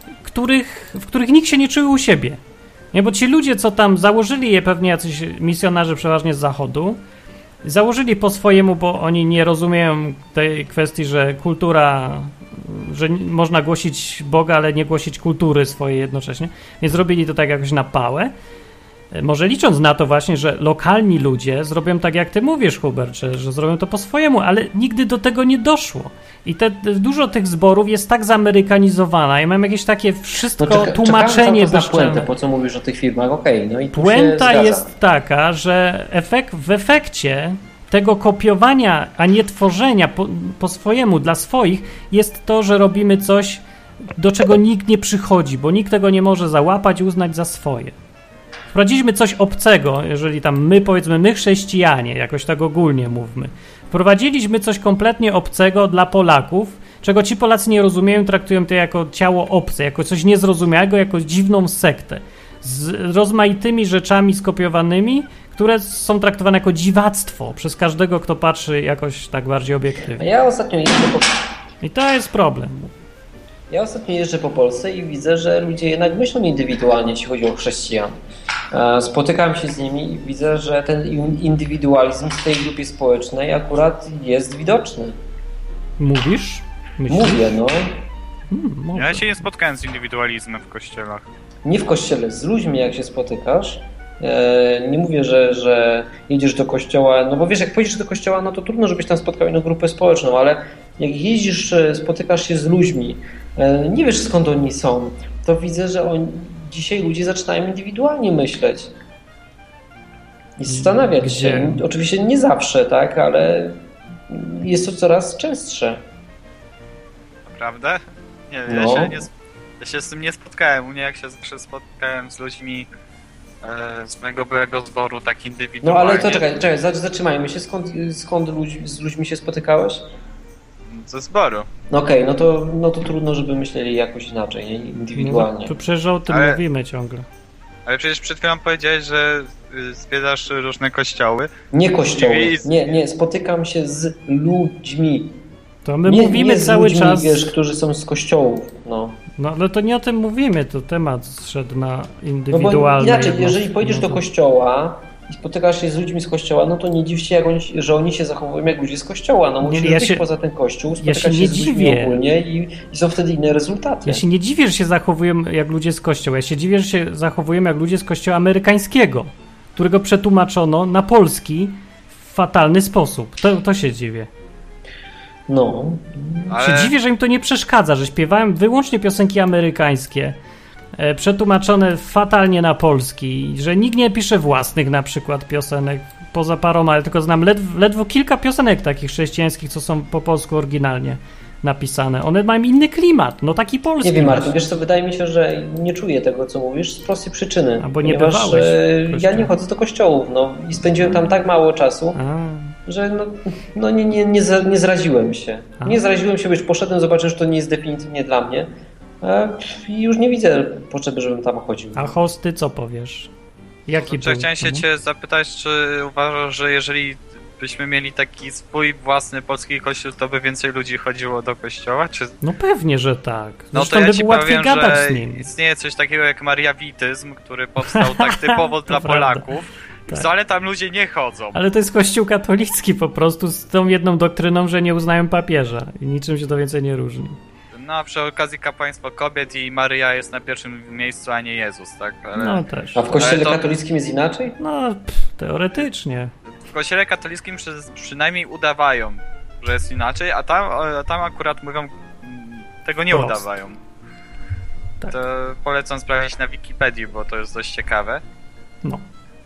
Speaker 1: w których nikt się nie czuł u siebie. Nie, bo ci ludzie, co tam założyli je, pewnie jacyś misjonarze przeważnie z Zachodu, założyli po swojemu, bo oni nie rozumieją tej kwestii, że kultura, że można głosić Boga, ale nie głosić kultury swojej jednocześnie, więc zrobili to tak jakoś na pałę. Może licząc na to właśnie, że lokalni ludzie zrobią tak, jak ty mówisz, Hubert, że zrobią to po swojemu, ale nigdy do tego nie doszło. I dużo tych zborów jest tak zamerykanizowana i mam jakieś takie wszystko tłumaczenie
Speaker 2: bezczelne. Po co mówisz o tych firmach? Okej, no i tu
Speaker 1: puenta jest taka, że w efekcie tego kopiowania, a nie tworzenia po swojemu dla swoich jest to, że robimy coś, do czego nikt nie przychodzi, bo nikt tego nie może załapać i uznać za swoje. Wprowadziliśmy coś obcego, jeżeli tam my chrześcijanie, jakoś tak ogólnie mówmy. Wprowadziliśmy coś kompletnie obcego dla Polaków, czego ci Polacy nie rozumieją, traktują to jako ciało obce, jako coś niezrozumiałego, jako dziwną sektę. Z rozmaitymi rzeczami skopiowanymi, które są traktowane jako dziwactwo przez każdego, kto patrzy jakoś tak bardziej obiektywnie.
Speaker 2: Ja ostatnio
Speaker 1: I to jest problem.
Speaker 2: Ja ostatnio jeżdżę po Polsce i widzę, że ludzie jednak myślą indywidualnie, jeśli chodzi o chrześcijan. Spotykam się z nimi i widzę, że ten indywidualizm w tej grupie społecznej akurat jest widoczny.
Speaker 1: Mówisz? Myślisz?
Speaker 2: Mówię, no.
Speaker 7: Ja się nie spotkałem z indywidualizmem w kościołach.
Speaker 2: Nie w kościele, z ludźmi jak się spotykasz. Nie mówię, że jedziesz do kościoła, no bo wiesz, jak pojedziesz do kościoła, no to trudno, żebyś tam spotkał inną grupę społeczną, ale jak jeździsz, spotykasz się z ludźmi, nie wiesz skąd oni są, to widzę, że dzisiaj ludzie zaczynają indywidualnie myśleć i zastanawiać się. Oczywiście nie zawsze, tak, ale jest to coraz częstsze.
Speaker 7: Naprawdę? Nie, ja się z tym nie spotkałem. U mnie jak się zawsze spotkałem z ludźmi z mojego byłego zboru tak indywidualnie.
Speaker 2: No ale to czekaj, zatrzymajmy się. Skąd z ludźmi się spotykałeś?
Speaker 7: Ze zboru.
Speaker 2: No okej, no to trudno, żeby myśleli jakoś inaczej, nie? Indywidualnie.
Speaker 1: No, to przecież o tym mówimy ciągle.
Speaker 7: Ale przecież przed chwilą powiedziałeś, że zwiedzasz różne kościoły.
Speaker 2: Nie kościoły, nie, spotykam się z ludźmi.
Speaker 1: To my mówimy cały
Speaker 2: ludźmi,
Speaker 1: czas.
Speaker 2: Wiesz, którzy są z kościołów, no.
Speaker 1: No ale to nie o tym mówimy, to temat zszedł na indywidualne.
Speaker 2: No bo inaczej, jeżeli pójdziesz do kościoła i spotykasz się z ludźmi z kościoła, no to nie dziw się, że oni się zachowują jak ludzie z kościoła. No musisz wyjść poza ten kościół, spotykać się z ludźmi ogólnie i są wtedy inne rezultaty.
Speaker 1: Ja się nie dziwię, że się zachowują jak ludzie z kościoła. Ja się dziwię, że się zachowują jak ludzie z kościoła amerykańskiego, którego przetłumaczono na polski w fatalny sposób. To się dziwię.
Speaker 2: No.
Speaker 1: Się dziwię, że im to nie przeszkadza, że śpiewałem wyłącznie piosenki amerykańskie, przetłumaczone fatalnie na polski, że nikt nie pisze własnych na przykład piosenek, poza paroma, ale tylko znam ledwo kilka piosenek takich chrześcijańskich, co są po polsku oryginalnie napisane. One mają inny klimat, no taki polski.
Speaker 2: Nie wiem, Martin, wiesz co, wydaje mi się, że nie czuję tego, co mówisz, z prostej przyczyny.
Speaker 1: Albo nie bywałeś.
Speaker 2: Ja nie chodzę do kościołów, no i spędziłem tam tak mało czasu, że nie zraziłem się. Nie zraziłem się, bo już poszedłem, zobaczyłem, że to nie jest definitywnie dla mnie. I już nie widzę potrzeby, żebym tam chodził.
Speaker 1: A hosty co powiesz? Jaki był?
Speaker 7: Chciałem się cię zapytać, czy uważasz, że jeżeli byśmy mieli taki swój własny polski kościół, to by więcej ludzi chodziło do kościoła? Czy...
Speaker 1: No pewnie, że tak.
Speaker 7: No to ja ci powiem, że istnieje coś takiego jak mariawityzm, który powstał tak typowo dla Polaków. Tak. Wcale tam ludzie nie chodzą.
Speaker 1: Ale to jest kościół katolicki po prostu z tą jedną doktryną, że nie uznają papieża i niczym się to więcej nie różni.
Speaker 7: No, przy okazji kapłaństwo kobiet i Maryja jest na pierwszym miejscu, a nie Jezus, tak? Ale...
Speaker 1: No też.
Speaker 2: A w kościele katolickim jest inaczej?
Speaker 1: No, teoretycznie.
Speaker 7: W kościele katolickim przynajmniej udawają, że jest inaczej, a tam akurat mówią, tego nie udawają. Tak. To polecam sprawdzić na Wikipedii, bo to jest dość ciekawe.
Speaker 1: No.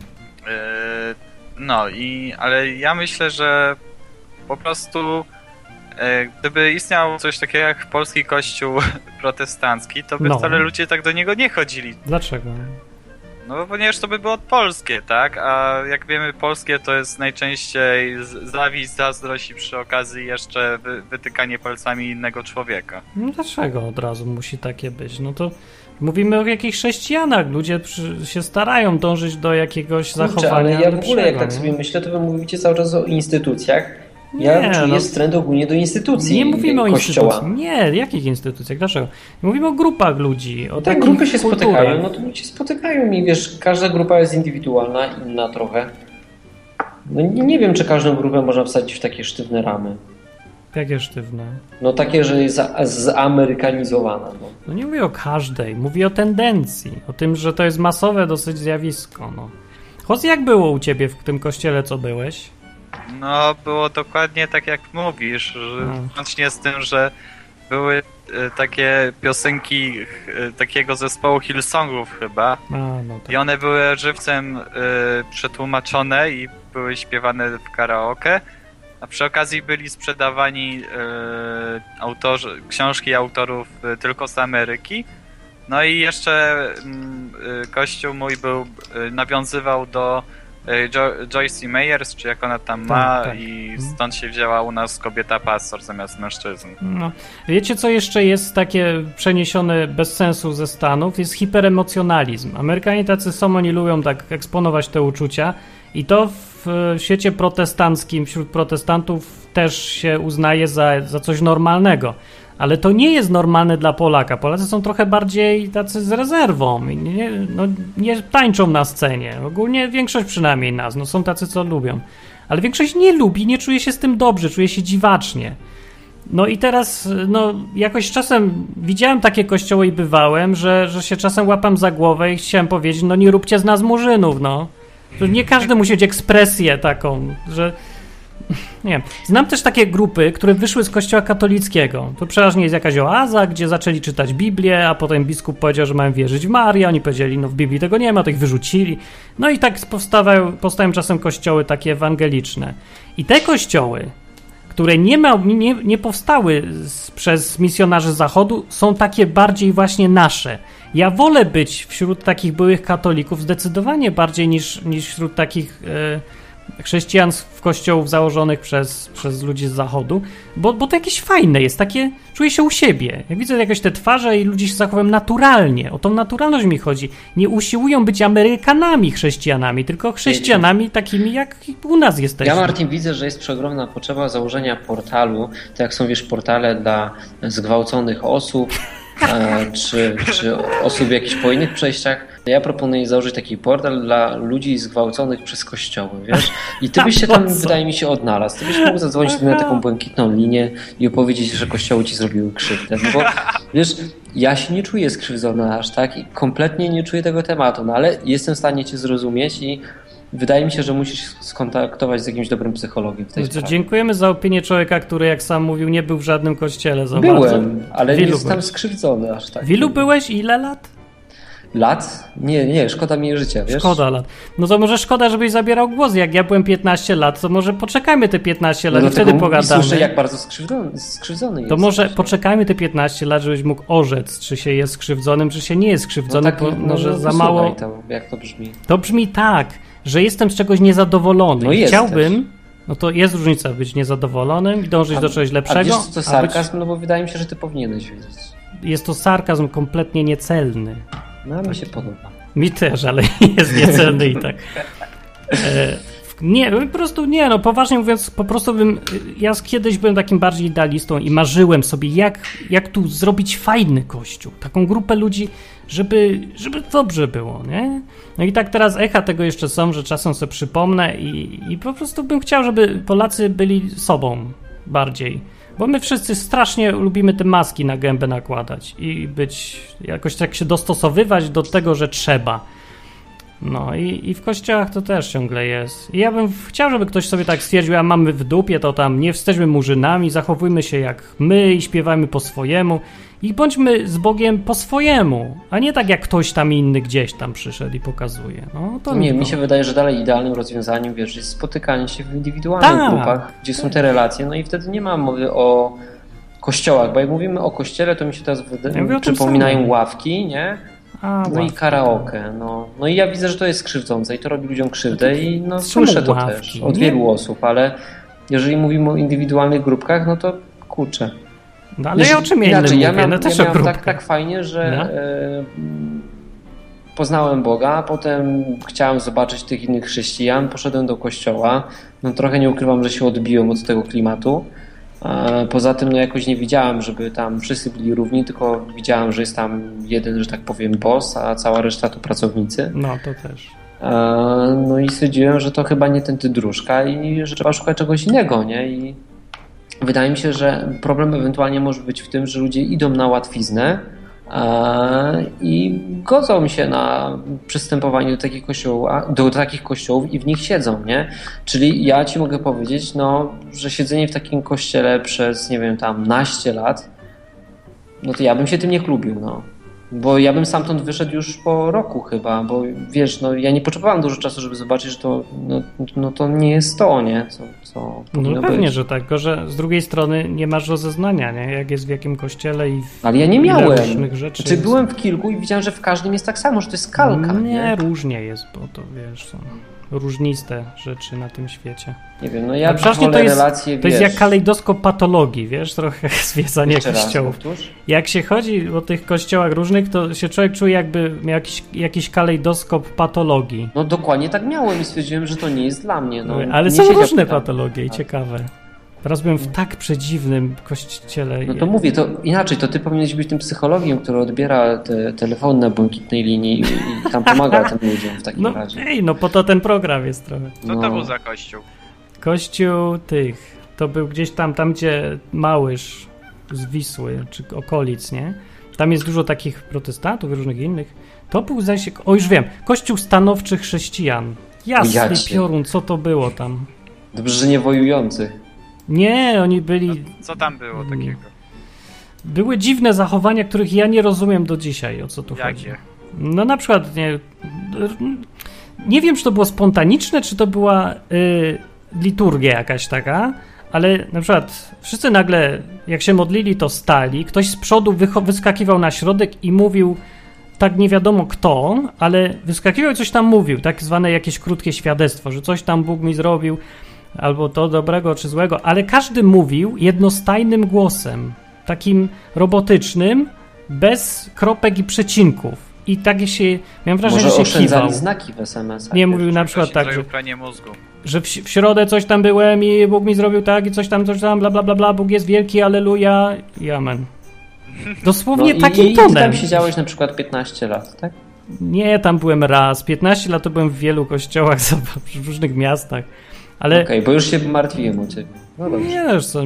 Speaker 7: Ale ja myślę, że po prostu gdyby istniał coś takiego jak polski kościół protestancki, to by wcale ludzie tak do niego nie chodzili.
Speaker 1: Dlaczego?
Speaker 7: No ponieważ to by było polskie, tak? A jak wiemy, polskie to jest najczęściej zawiść, zazdrość i przy okazji jeszcze wytykanie palcami innego człowieka.
Speaker 1: No dlaczego od razu musi takie być? No to mówimy o jakichś chrześcijanach. Ludzie się starają dążyć do jakiegoś zachowania.
Speaker 2: Ale ja w ogóle jak tak sobie myślę, to wy mówicie cały czas o instytucjach. Ja czuję wstręt ogólnie do instytucji.
Speaker 1: Nie mówimy o
Speaker 2: Kościoła.
Speaker 1: instytucjach. Nie, jakich instytucjach? Dlaczego? Mówimy o grupach ludzi. O
Speaker 2: tak, grupy się spotykają, no to ludzie spotykają i wiesz, każda grupa jest indywidualna, inna trochę. No nie wiem, czy każdą grupę można wsadzić w takie sztywne ramy.
Speaker 1: Jakie sztywne? No
Speaker 2: takie, że jest zamerykanizowana.
Speaker 1: No nie mówię o każdej, mówię o tendencji. O tym, że to jest masowe dosyć zjawisko. No. Chodź, jak było u ciebie w tym kościele, co byłeś?
Speaker 7: No, było dokładnie tak jak mówisz, łącznie z tym, że były takie piosenki takiego zespołu Hillsongów chyba i one były żywcem przetłumaczone i były śpiewane w karaoke, a przy okazji byli sprzedawani książki autorów tylko z Ameryki. No i jeszcze kościół mój nawiązywał do Joyce Meyers, czy jak ona tam ma, tak. I stąd się wzięła u nas kobieta pastor zamiast mężczyzn. No.
Speaker 1: Wiecie, co jeszcze jest takie przeniesione bez sensu ze Stanów? Jest hiperemocjonalizm. Amerykanie tacy są, oni lubią tak eksponować te uczucia i to w świecie protestanckim, wśród protestantów też się uznaje za coś normalnego. Ale to nie jest normalne dla Polaka. Polacy są trochę bardziej tacy z rezerwą. Nie tańczą na scenie. Ogólnie większość przynajmniej nas. No są tacy, co lubią. Ale większość nie lubi, nie czuje się z tym dobrze, czuje się dziwacznie. No i teraz, jakoś czasem widziałem takie kościoły i bywałem, że się czasem łapam za głowę i chciałem powiedzieć, nie róbcie z nas murzynów, Że nie każdy musi mieć ekspresję taką, że... Nie wiem. Znam też takie grupy, które wyszły z kościoła katolickiego. To przeważnie jest jakaś oaza, gdzie zaczęli czytać Biblię, a potem biskup powiedział, że mają wierzyć w Marię. Oni powiedzieli, w Biblii tego nie ma, to ich wyrzucili. No i tak powstają czasem kościoły takie ewangeliczne. I te kościoły, które nie powstały przez misjonarzy Zachodu, są takie bardziej właśnie nasze. Ja wolę być wśród takich byłych katolików zdecydowanie bardziej niż wśród takich... chrześcijan w kościołów założonych przez ludzi z Zachodu, bo to jakieś fajne jest, takie, czuję się u siebie. Jak widzę jakoś te twarze i ludzie się zachowują naturalnie, o tą naturalność mi chodzi. Nie usiłują być Amerykanami chrześcijanami, tylko chrześcijanami takimi, jak u nas jesteśmy.
Speaker 2: Ja, Martin, widzę, że jest przeogromna potrzeba założenia portalu, tak jak są, portale dla zgwałconych osób, czy osób w jakichś po innych przejściach. Ja proponuję założyć taki portal dla ludzi zgwałconych przez kościoły, wiesz? I ty byś się tam, wydaje mi się, odnalazł. Ty byś mógł zadzwonić na taką błękitną linię i opowiedzieć, że kościoły ci zrobiły krzywdę. No bo, wiesz, ja się nie czuję skrzywdzony aż tak i kompletnie nie czuję tego tematu, ale jestem w stanie cię zrozumieć i wydaje mi się, że musisz skontaktować z jakimś dobrym psychologiem w tej sprawie.
Speaker 1: Dziękujemy za opinię człowieka, który, jak sam mówił, nie był w żadnym kościele.
Speaker 2: Byłem, ale nie jestem skrzywdzony aż tak.
Speaker 1: W ilu byłeś? Ile lat?
Speaker 2: Lat? Nie, szkoda mi życia, wiesz?
Speaker 1: Szkoda lat. No to może szkoda, żebyś zabierał głos. Jak ja byłem 15 lat, to może poczekajmy te 15 lat i wtedy pogadamy.
Speaker 2: Słyszę, jak bardzo skrzywdzony
Speaker 1: to może poczekajmy te 15 lat, żebyś mógł orzec, czy się jest skrzywdzonym, czy się nie jest skrzywdzonym, że za mało...
Speaker 2: Jak to brzmi?
Speaker 1: To brzmi tak, że jestem z czegoś niezadowolony. Chciałbym... No to jest różnica być niezadowolonym i dążyć do czegoś lepszego. A
Speaker 2: wiesz, co to sarkazm? No bo wydaje mi się, że ty powinieneś wiedzieć.
Speaker 1: Jest to sarkazm kompletnie niecelny.
Speaker 2: No, mi się podoba.
Speaker 1: Mi też, ale jest niecelny i tak. Nie, po prostu nie, poważnie mówiąc, po prostu ja kiedyś byłem takim bardziej idealistą i marzyłem sobie, jak tu zrobić fajny kościół, taką grupę ludzi, żeby dobrze było, nie? No i tak teraz echa tego jeszcze są, że czasem sobie przypomnę i po prostu bym chciał, żeby Polacy byli sobą bardziej. Bo my wszyscy strasznie lubimy te maski na gębę nakładać i jakoś tak się dostosowywać do tego, że trzeba. No i w kościołach to też ciągle jest. I ja bym chciał, żeby ktoś sobie tak stwierdził, a mamy w dupie, to tam nie jesteśmy murzynami, zachowujmy się jak my i śpiewajmy po swojemu i bądźmy z Bogiem po swojemu, a nie tak jak ktoś tam inny gdzieś tam przyszedł i pokazuje. No, to
Speaker 2: nie, mi się wydaje, że dalej idealnym rozwiązaniem, wiesz, jest spotykanie się w indywidualnych grupach, gdzie są te relacje, no i wtedy nie ma mowy o kościołach, bo jak mówimy o kościele, to mi się teraz przypominają ławki, nie? No i karaoke. No i ja widzę, że to jest krzywdzące i to robi ludziom krzywdę i słyszę to też od wielu osób, ale jeżeli mówimy o indywidualnych grupkach, no to kurczę.
Speaker 1: No ale ja o czym innym mówię?
Speaker 2: Ja miałem tak fajnie, że poznałem Boga, potem chciałem zobaczyć tych innych chrześcijan, poszedłem do kościoła, no trochę nie ukrywam, że się odbiłem od tego klimatu. Poza tym jakoś nie widziałem, żeby tam wszyscy byli równi, tylko widziałem, że jest tam jeden, że tak powiem, boss, a cała reszta to pracownicy.
Speaker 1: No to też.
Speaker 2: No i stwierdziłem, że to chyba nie tędy dróżka i że trzeba szukać czegoś innego, nie? I wydaje mi się, że problem ewentualnie może być w tym, że ludzie idą na łatwiznę i godzą się na przystępowanie do takich kościołów i w nich siedzą, nie? Czyli ja ci mogę powiedzieć, że siedzenie w takim kościele przez, nie wiem, tam naście lat, no to ja bym się tym nie chlubił, Bo ja bym stamtąd wyszedł już po roku chyba, bo wiesz, ja nie potrzebowałem dużo czasu, żeby zobaczyć, że to, to nie jest to, nie? Co
Speaker 1: no pewnie, być. Że tak, tylko że z drugiej strony nie masz rozeznania, nie? Jak jest w jakim kościele i
Speaker 2: ale ja nie miałem.
Speaker 1: Różnych rzeczy.
Speaker 2: Znaczy byłem w kilku i widziałem, że w każdym jest tak samo, że to jest kalka,
Speaker 1: nie? Różnie jest, bo to wiesz, są różniste rzeczy na tym świecie.
Speaker 2: Nie wiem, ja wolę relacje,
Speaker 1: to jest jak kalejdoskop patologii, wiesz, trochę zwiedzanie kościołów. Jak się chodzi o tych kościołach różnych, to się człowiek czuje, jakby miał jakiś kalejdoskop patologii.
Speaker 2: No dokładnie tak miałem i stwierdziłem, że to nie jest dla mnie.
Speaker 1: Ale są różne patologie i ciekawe. Teraz byłem w tak przedziwnym kościele.
Speaker 2: No to mówię, to inaczej, to ty powinieneś być tym psychologiem, który odbiera te telefony na błękitnej linii i tam pomaga tym ludziom w takim razie.
Speaker 1: Po to ten program jest trochę.
Speaker 7: Co to był za kościół?
Speaker 1: Kościół to był gdzieś tam gdzie Małysz z Wisły, czy okolic, nie? Tam jest dużo takich protestantów, różnych innych. To był już wiem, Kościół stanowczych chrześcijan. Jasny piorun, co to było tam?
Speaker 2: Dobrze, że nie wojujących.
Speaker 1: Nie, oni byli...
Speaker 7: Co tam było takiego?
Speaker 1: Były dziwne zachowania, których ja nie rozumiem do dzisiaj, o co tu chodzi.
Speaker 7: Jakie?
Speaker 1: No na przykład, nie wiem, czy to było spontaniczne, czy to była liturgia jakaś taka, ale na przykład wszyscy nagle, jak się modlili, to stali, ktoś z przodu wyskakiwał na środek i mówił tak nie wiadomo kto, ale wyskakiwał i coś tam mówił, tak zwane jakieś krótkie świadectwo, że coś tam Bóg mi zrobił, albo to dobrego czy złego, ale każdy mówił jednostajnym głosem, takim robotycznym, bez kropek i przecinków. I tak się, miałem wrażenie,
Speaker 2: może
Speaker 1: że się kiwał.
Speaker 2: Znaki w SMS-ach.
Speaker 1: Nie, mówił na przykład tak, że w środę coś tam byłem i Bóg mi zrobił tak i coś tam, bla, bla, bla, bla, Bóg jest wielki, alleluja i amen. Dosłownie takim tonem.
Speaker 2: I tam siedziałeś na przykład 15 lat, tak?
Speaker 1: Nie, tam byłem raz. 15 lat to byłem w wielu kościołach w różnych miastach. Ale...
Speaker 2: Okej, bo już się martwiłem o ciebie. No
Speaker 1: nie,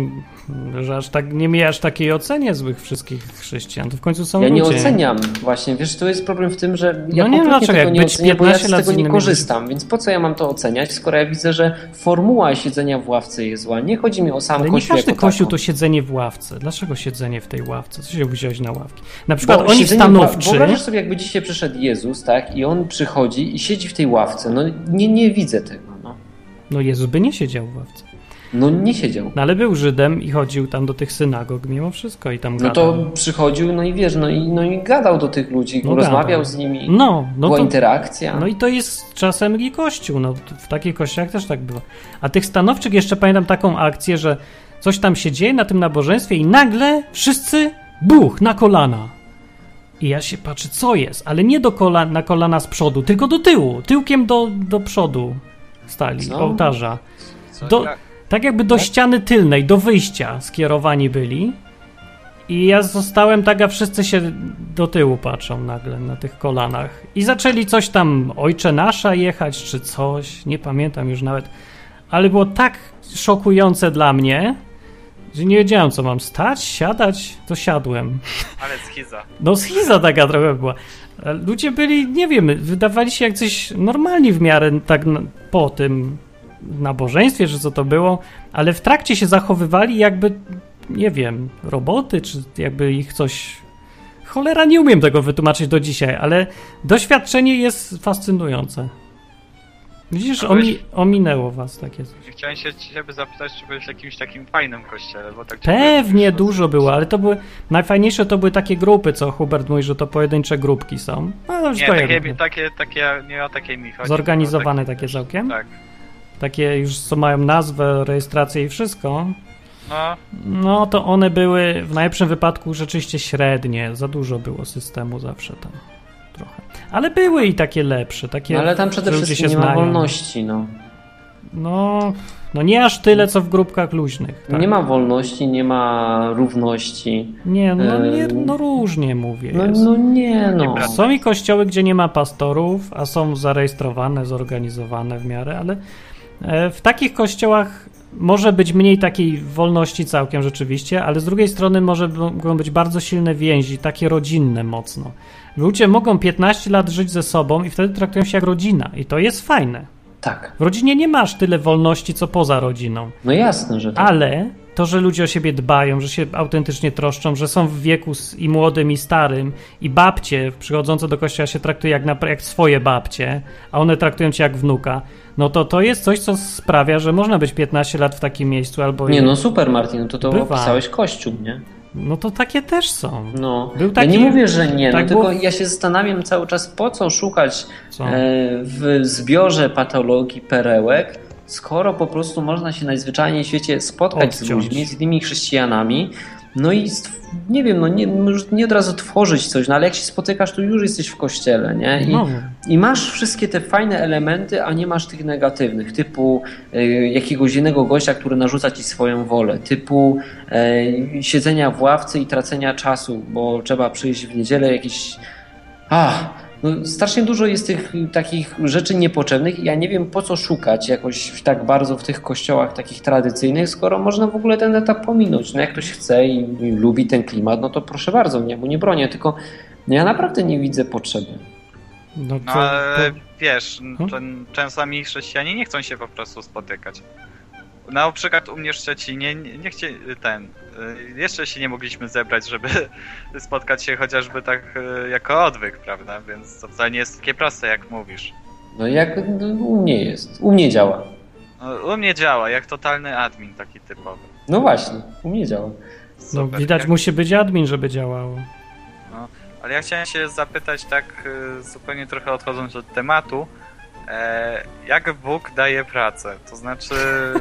Speaker 1: że aż tak, nie mijasz takiej ocenie złych wszystkich chrześcijan. To w końcu są
Speaker 2: ludzie.
Speaker 1: Ja
Speaker 2: nie oceniam właśnie. Wiesz, to jest problem w tym, że ja
Speaker 1: dlaczego?
Speaker 2: tego nie oceniam, bo ja z tego nie korzystam. Więc po co ja mam to oceniać, skoro ja widzę, że formuła siedzenia w ławce jest zła. Nie chodzi mi o sam kościół.
Speaker 1: Ale nie każdy kościół to siedzenie w ławce. Dlaczego siedzenie w tej ławce? Co się wziąłeś na ławki? Na przykład oni stanowczy...
Speaker 2: Wyobraź sobie, jakby dzisiaj przyszedł Jezus, tak? I on przychodzi i siedzi w tej ławce. No nie widzę tego.
Speaker 1: No Jezus by nie siedział w ławce.
Speaker 2: No nie siedział.
Speaker 1: No ale był Żydem i chodził tam do tych synagog mimo wszystko i tam gadał.
Speaker 2: No to przychodził, no i wiesz, no i gadał do tych ludzi, rozmawiał z nimi, była interakcja.
Speaker 1: No i to jest czasem i kościół, w takich kościołach też tak było. A tych stanowczych jeszcze pamiętam taką akcję, że coś tam się dzieje na tym nabożeństwie i nagle wszyscy na kolana. I ja się patrzę, co jest, ale nie na kolana z przodu, tylko do tyłu, tyłkiem do przodu stali, ołtarza. Tak jakby do ściany tylnej, do wyjścia skierowani byli. I ja zostałem tak, a wszyscy się do tyłu patrzą nagle na tych kolanach. I zaczęli coś tam, Ojcze Nasza jechać, czy coś, nie pamiętam już nawet. Ale było tak szokujące dla mnie, że nie wiedziałem, co mam stać, siadać, to siadłem.
Speaker 7: Ale schiza.
Speaker 1: No schiza taka trochę była. Ludzie byli, nie wiem, wydawali się jak coś normalni w miarę tak po tym nabożeństwie, że co to było, ale w trakcie się zachowywali jakby, nie wiem, roboty, czy jakby ich coś... Cholera, nie umiem tego wytłumaczyć do dzisiaj, ale doświadczenie jest fascynujące. Widzisz, ominęło was takie coś.
Speaker 7: Chciałem się ciebie zapytać, czy byłeś w jakimś takim fajnym kościele, bo tak...
Speaker 1: Pewnie dużo było, ale to były... Najfajniejsze to były takie grupy, co Hubert mówi, że to pojedyncze grupki są.
Speaker 7: No, nie, nie o takiej mi chodzi.
Speaker 1: Zorganizowane takie całkiem?
Speaker 7: Tak.
Speaker 1: Takie już, co mają nazwę, rejestrację i wszystko.
Speaker 7: No.
Speaker 1: No, to one były w najlepszym wypadku rzeczywiście średnie. Za dużo było systemu zawsze tam. Trochę. Ale były i takie lepsze. Takie,
Speaker 2: no, ale tam przede wszystkim nie ma wolności,
Speaker 1: No nie aż tyle, co w grupkach luźnych. Tak?
Speaker 2: Nie ma wolności, nie ma równości.
Speaker 1: No różnie mówię. Są i kościoły, gdzie nie ma pastorów, a są zarejestrowane, zorganizowane w miarę, ale w takich kościołach może być mniej takiej wolności całkiem rzeczywiście, ale z drugiej strony mogą być bardzo silne więzi, takie rodzinne mocno. Ludzie mogą 15 lat żyć ze sobą i wtedy traktują się jak rodzina i to jest fajne.
Speaker 2: Tak.
Speaker 1: W rodzinie nie masz tyle wolności, co poza rodziną.
Speaker 2: No jasne, że tak.
Speaker 1: Ale to, że ludzie o siebie dbają, że się autentycznie troszczą, że są w wieku i młodym, i starym, i babcie przychodzące do kościoła się traktuje jak swoje babcie, a one traktują cię jak wnuka, no to jest coś, co sprawia, że można być 15 lat w takim miejscu albo...
Speaker 2: Nie, no super, Martin, to opisałeś kościół, nie?
Speaker 1: No to takie też są.
Speaker 2: No, ja nie mówię, że nie, tak tylko ja się zastanawiam cały czas, po co szukać w zbiorze patologii perełek, skoro po prostu można się najzwyczajniej w świecie spotkać z ludźmi, z innymi chrześcijanami, no i nie wiem, nie od razu tworzyć coś, no ale jak się spotykasz, to już jesteś w kościele, nie? I masz wszystkie te fajne elementy, a nie masz tych negatywnych, typu jakiegoś innego gościa, który narzuca ci swoją wolę, typu siedzenia w ławce i tracenia czasu, bo trzeba przyjść w niedzielę jakieś... strasznie dużo jest tych takich rzeczy niepotrzebnych i ja nie wiem, po co szukać jakoś tak bardzo w tych kościołach takich tradycyjnych, skoro można w ogóle ten etap pominąć. No jak ktoś chce i lubi ten klimat, no to proszę bardzo, ja mu nie bronię, tylko ja naprawdę nie widzę potrzeby.
Speaker 7: Ale wiesz, czasami chrześcijanie nie chcą się po prostu spotykać. Na przykład u mnie w Szczecinie jeszcze się nie mogliśmy zebrać, żeby spotkać się chociażby tak jako odwyk, prawda? Więc to wcale nie jest takie proste, jak mówisz.
Speaker 2: No jak u mnie jest. U mnie działa.
Speaker 7: U mnie działa, jak totalny admin taki typowy.
Speaker 2: No właśnie, u mnie działa.
Speaker 1: Super. No widać, musi być admin, żeby działało.
Speaker 7: No, ale ja chciałem się zapytać tak zupełnie trochę odchodząc od tematu, jak Bóg daje pracę? To znaczy...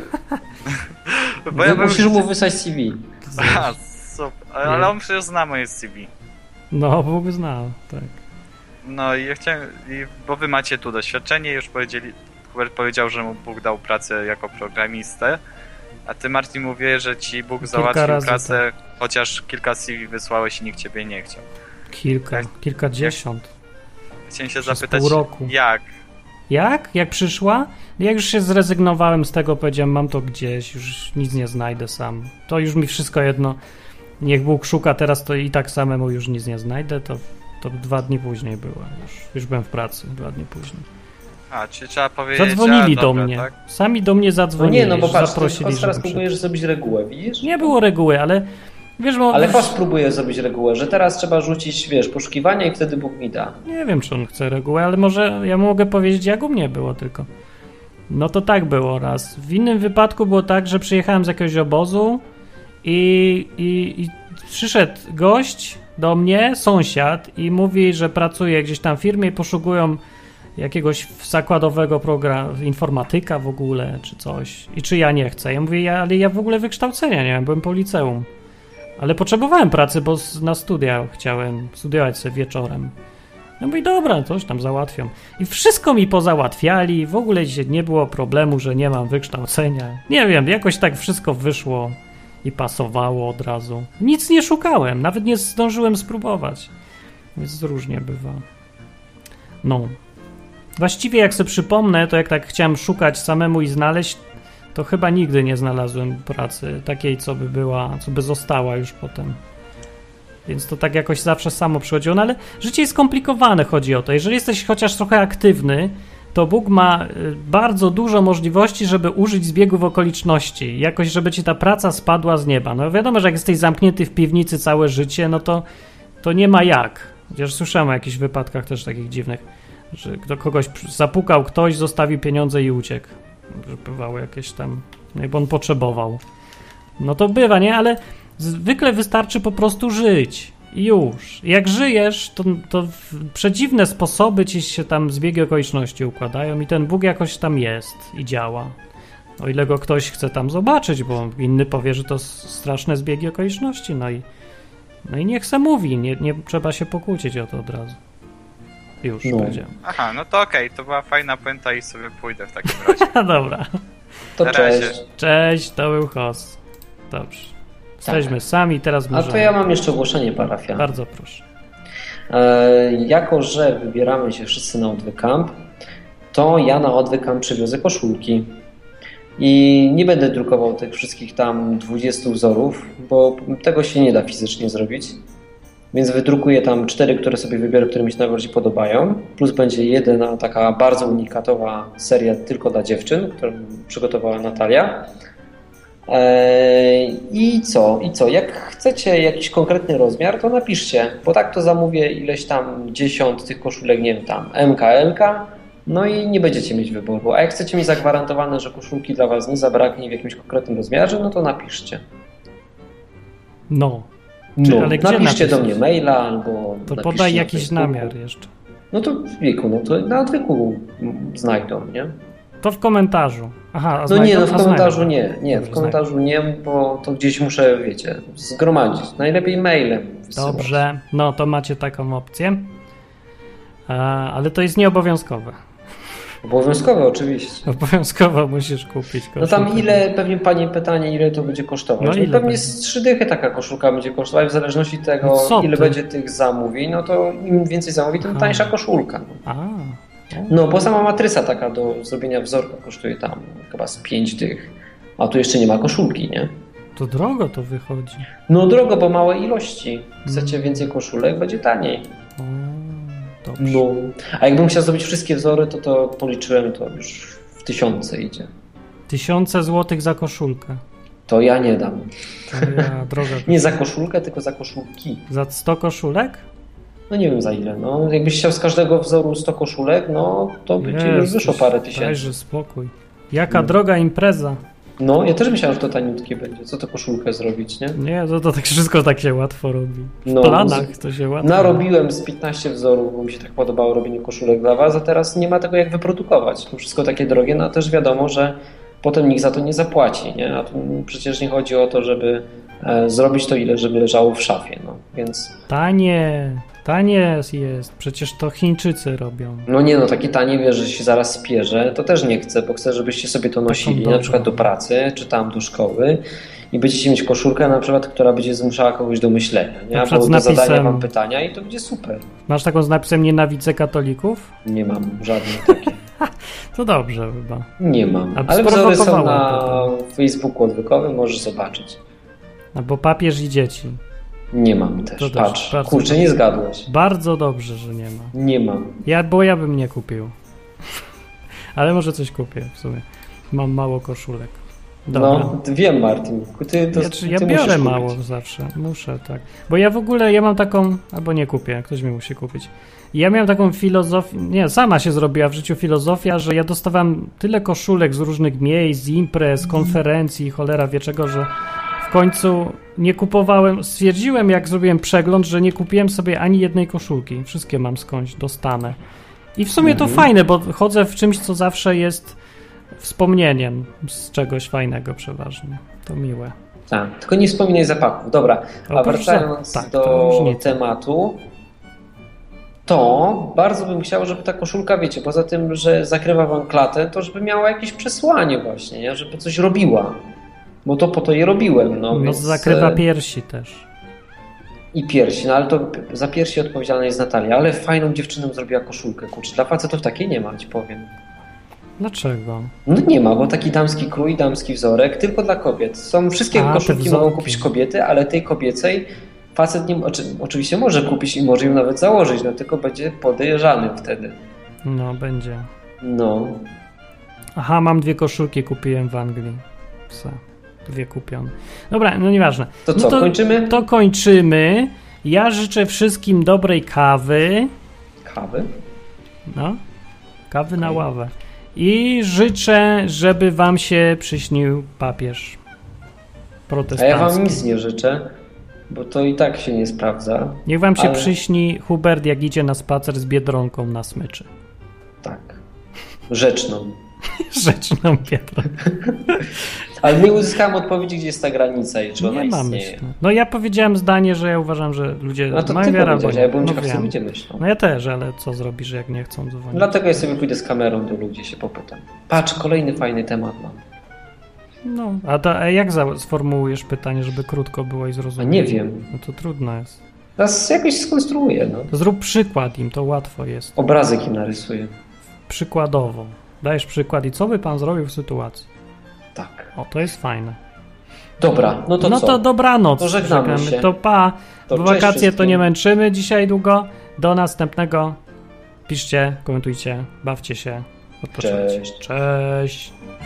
Speaker 2: Musisz mu wysłać CV.
Speaker 7: Super. Ale on przecież zna moje CV.
Speaker 1: No, Bóg zna, tak.
Speaker 7: No i ja chciałem... Bo wy macie tu doświadczenie, już Hubert powiedział, że mu Bóg dał pracę jako programistę, a ty, Martin, mówiłeś, że ci Bóg załatwił pracę, chociaż kilka CV wysłałeś i nikt ciebie nie chciał.
Speaker 1: Kilkadziesiąt.
Speaker 7: Chciałem się zapytać,
Speaker 1: pół roku.
Speaker 7: Jak?
Speaker 1: Jak przyszła? Jak już się zrezygnowałem z tego, powiedziałem, mam to gdzieś, już nic nie znajdę sam. To już mi wszystko jedno. Niech Bóg szuka, teraz to i tak samemu już nic nie znajdę, to 2 dni później było. Już byłem w pracy 2 dni później.
Speaker 7: Czyli trzeba powiedzieć...
Speaker 1: Zadzwonili do mnie. Tak? Sami do mnie zadzwonili.
Speaker 2: No nie, bo patrz, teraz próbujesz zrobić regułę, widzisz?
Speaker 1: Nie było reguły, ale... Wiesz,
Speaker 2: ale Hoss próbuje zrobić regułę, że teraz trzeba rzucić, poszukiwania i wtedy Bóg mi da.
Speaker 1: Nie wiem, czy on chce regułę, ale może ja mogę powiedzieć, jak u mnie było tylko. No to tak było raz. W innym wypadku było tak, że przyjechałem z jakiegoś obozu i przyszedł gość do mnie, sąsiad, i mówi, że pracuje gdzieś tam w firmie i poszukują jakiegoś zakładowego informatyka w ogóle, czy coś. I czy ja nie chcę. Ja mówię, ale ja w ogóle wykształcenia nie mam, byłem po liceum. Ale potrzebowałem pracy, bo na studia chciałem studiować sobie wieczorem. No mówię, dobra, coś tam załatwią. I wszystko mi pozałatwiali, w ogóle nie było problemu, że nie mam wykształcenia. Nie wiem, jakoś tak wszystko wyszło i pasowało od razu. Nic nie szukałem, nawet nie zdążyłem spróbować. Więc różnie bywa. No. Właściwie jak sobie przypomnę, to jak tak chciałem szukać samemu i znaleźć, to chyba nigdy nie znalazłem pracy takiej, co by została już potem. Więc to tak jakoś zawsze samo przychodziło. No ale życie jest skomplikowane, chodzi o to. Jeżeli jesteś chociaż trochę aktywny, to Bóg ma bardzo dużo możliwości, żeby użyć zbiegów okoliczności. Jakoś, żeby ci ta praca spadła z nieba. No wiadomo, że jak jesteś zamknięty w piwnicy całe życie, no to nie ma jak. Chociaż słyszałem o jakichś wypadkach też takich dziwnych, że kogoś zapukał ktoś, zostawił pieniądze i uciekł. Że bywało jakieś tam, bo on potrzebował. No to bywa, nie? Ale zwykle wystarczy po prostu żyć. I już. Jak żyjesz, to przedziwne sposoby ci się tam zbiegi okoliczności układają i ten Bóg jakoś tam jest i działa. O ile go ktoś chce tam zobaczyć, bo inny powie, że to straszne zbiegi okoliczności. No i niech se mówi, nie trzeba się pokłócić o to od razu. Już powiedziałem.
Speaker 7: Aha, no to okej, to była fajna puenta i sobie pójdę w takim razie.
Speaker 1: Dobra.
Speaker 2: To cześć.
Speaker 1: Cześć, to był host. Dobrze. Jesteśmy sami, teraz możemy...
Speaker 2: A to ja mam jeszcze ogłoszenie parafialne.
Speaker 1: Bardzo proszę.
Speaker 2: Jako, że wybieramy się wszyscy na Odwykamp, to ja na Odwykamp przywiozę koszulki. I nie będę drukował tych wszystkich tam 20 wzorów, bo tego się nie da fizycznie zrobić. Więc wydrukuję tam 4, które sobie wybiorę, które mi się najbardziej podobają. Plus będzie jedna taka bardzo unikatowa seria tylko dla dziewczyn, którą przygotowała Natalia. I co? Jak chcecie jakiś konkretny rozmiar, to napiszcie, bo tak to zamówię ileś tam 10 tych koszulek, nie wiem, tam MK, LK, no i nie będziecie mieć wyboru. A jak chcecie mieć zagwarantowane, że koszulki dla was nie zabraknie w jakimś konkretnym rozmiarze, no to napiszcie.
Speaker 1: Ale gdzie
Speaker 2: napiszcie do mnie maila albo...
Speaker 1: To podaj jakiś namiar jeszcze.
Speaker 2: No to w wieku, no to na Odwyku znajdą, nie?
Speaker 1: To w komentarzu. Aha,
Speaker 2: w komentarzu nie. Nie, w komentarzu nie, bo to gdzieś muszę, wiecie, zgromadzić. Najlepiej mailem.
Speaker 1: Dobrze, no to macie taką opcję. Ale to jest nieobowiązkowe.
Speaker 2: Obowiązkowe, oczywiście.
Speaker 1: Obowiązkowo musisz kupić koszulkę.
Speaker 2: No tam pewnie pani pytanie, ile to będzie kosztować. No pewnie z 3 dychy taka koszulka będzie kosztować, w zależności od tego, ile będzie tych zamówień, no to im więcej zamówień, tym tańsza koszulka. No, bo sama matryca taka do zrobienia wzorka kosztuje tam chyba z 5 dych, a tu jeszcze nie ma koszulki, nie?
Speaker 1: To drogo to wychodzi.
Speaker 2: No drogo, bo małe ilości. Chcecie więcej koszulek, będzie taniej.
Speaker 1: Dobrze.
Speaker 2: No. A jakbym chciał zrobić wszystkie wzory, to policzyłem, to już w 1000 idzie.
Speaker 1: 1000 złotych za koszulkę.
Speaker 2: To ja nie dam.
Speaker 1: Droga.
Speaker 2: Nie za koszulkę, tylko za koszulki.
Speaker 1: Za 100 koszulek?
Speaker 2: No nie wiem za ile. No, jakbyś chciał z każdego wzoru 100 koszulek, no to by ci wyszło parę tysięcy.
Speaker 1: Dajże spokój. Jaka droga impreza.
Speaker 2: No, ja też myślałem, że to taniutkie będzie. Co to koszulkę zrobić, nie?
Speaker 1: Nie, to tak wszystko tak się łatwo robi. W planach to się łatwo
Speaker 2: narobiłem z 15 wzorów, bo mi się tak podobało robienie koszulek dla was, a teraz nie ma tego jak wyprodukować. To wszystko takie drogie, no a też wiadomo, że potem nikt za to nie zapłaci, nie? A tu przecież nie chodzi o to, żeby zrobić to ile, żeby leżało w szafie, no, więc... Tanie jest, przecież to Chińczycy robią. No nie, no takie tanie, wiesz, że się zaraz spierze, to też nie chcę, bo chcę, żebyście sobie to nosili na przykład do pracy, czy tam do szkoły i będziecie mieć koszulkę na przykład, która będzie zmuszała kogoś do myślenia, nie? Albo do zadania wam pytania i to będzie super. Masz taką z napisem "Nienawidzę katolików"? Nie mam żadnej takiej. To dobrze chyba. Nie mam, ale wzory są na Facebooku odwykowym, możesz zobaczyć. Albo papież i dzieci. Nie mam też, patrz. Kurczę, nie zgadłeś. Bardzo dobrze, że nie ma. Nie mam. Bo ja bym nie kupił. Ale może coś kupię w sumie. Mam mało koszulek. Dobra. No, wiem, Martin. Ja biorę mało zawsze. Muszę, tak. Bo ja w ogóle, mam taką, albo nie kupię, ktoś mi musi kupić. Ja miałem taką filozofię, sama się zrobiła w życiu filozofia, że ja dostawałem tyle koszulek z różnych miejsc, z imprez, konferencji, cholera wie czego, że w końcu nie kupowałem, stwierdziłem jak zrobiłem przegląd, że nie kupiłem sobie ani jednej koszulki. Wszystkie mam skądś dostane. I w sumie to fajne, bo chodzę w czymś, co zawsze jest wspomnieniem z czegoś fajnego przeważnie. To miłe. Tak, tylko nie wspominaj zapachów. Dobra, a wracając do tematu, to bardzo bym chciał, żeby ta koszulka, wiecie, poza tym, że zakrywa wam klatę, to żeby miała jakieś przesłanie właśnie, nie? Żeby coś robiła. Bo to po to je robiłem. No więc zakrywa piersi też. I piersi, no ale to za piersi odpowiedzialna jest Natalia, ale fajną dziewczyną zrobiła koszulkę. Kurczę, dla facetów takiej nie ma, ci powiem. Dlaczego? No nie ma, bo taki damski krój, damski wzorek, tylko dla kobiet. Są wszystkie koszulki mogą kupić kobiety, ale tej kobiecej facet nie, oczywiście może kupić i może ją nawet założyć, no tylko będzie podejrzany wtedy. No, będzie. No. Aha, mam 2 koszulki, kupiłem w Anglii. 2 kupione. Dobra, no nieważne. To co, kończymy? To kończymy. Ja życzę wszystkim dobrej kawy. Kawy?
Speaker 1: No, kawy na ławę. I życzę, żeby wam się przyśnił papież protestancki.
Speaker 2: A ja wam nic nie życzę, bo to i tak się nie sprawdza.
Speaker 1: Niech wam się przyśni Hubert, jak idzie na spacer z Biedronką na smyczy.
Speaker 2: Tak. Rzeczną.
Speaker 1: Rzeczną Biedronką.
Speaker 2: Ale nie uzyskałem odpowiedzi, gdzie jest ta granica i czy ona istnieje.
Speaker 1: No ja powiedziałem zdanie, że ja uważam, że ludzie mają wiarę.
Speaker 2: Ja byłem ciekaw, co ludzie myślą.
Speaker 1: No ja też, ale co zrobisz, jak nie chcą dzwonić?
Speaker 2: Dlatego ja sobie pójdę z kamerą do ludzi, się popytam. Patrz, kolejny fajny temat mam.
Speaker 1: No, a jak sformułujesz pytanie, żeby krótko było i zrozumieć?
Speaker 2: A nie wiem.
Speaker 1: No to trudno jest.
Speaker 2: Teraz jakoś skonstruuję, no.
Speaker 1: To zrób przykład im, to łatwo jest.
Speaker 2: Obrazek im narysuję.
Speaker 1: Przykładowo. Dajesz przykład i co by pan zrobił w sytuacji?
Speaker 2: Tak.
Speaker 1: O, to jest fajne.
Speaker 2: Dobra, no to co?
Speaker 1: No to dobranoc.
Speaker 2: To żegnamy się.
Speaker 1: To pa.
Speaker 2: To
Speaker 1: w wakacje to nie męczymy dzisiaj długo. Do następnego. Piszcie, komentujcie, bawcie się, odpoczywajcie.
Speaker 2: Cześć.
Speaker 1: Cześć.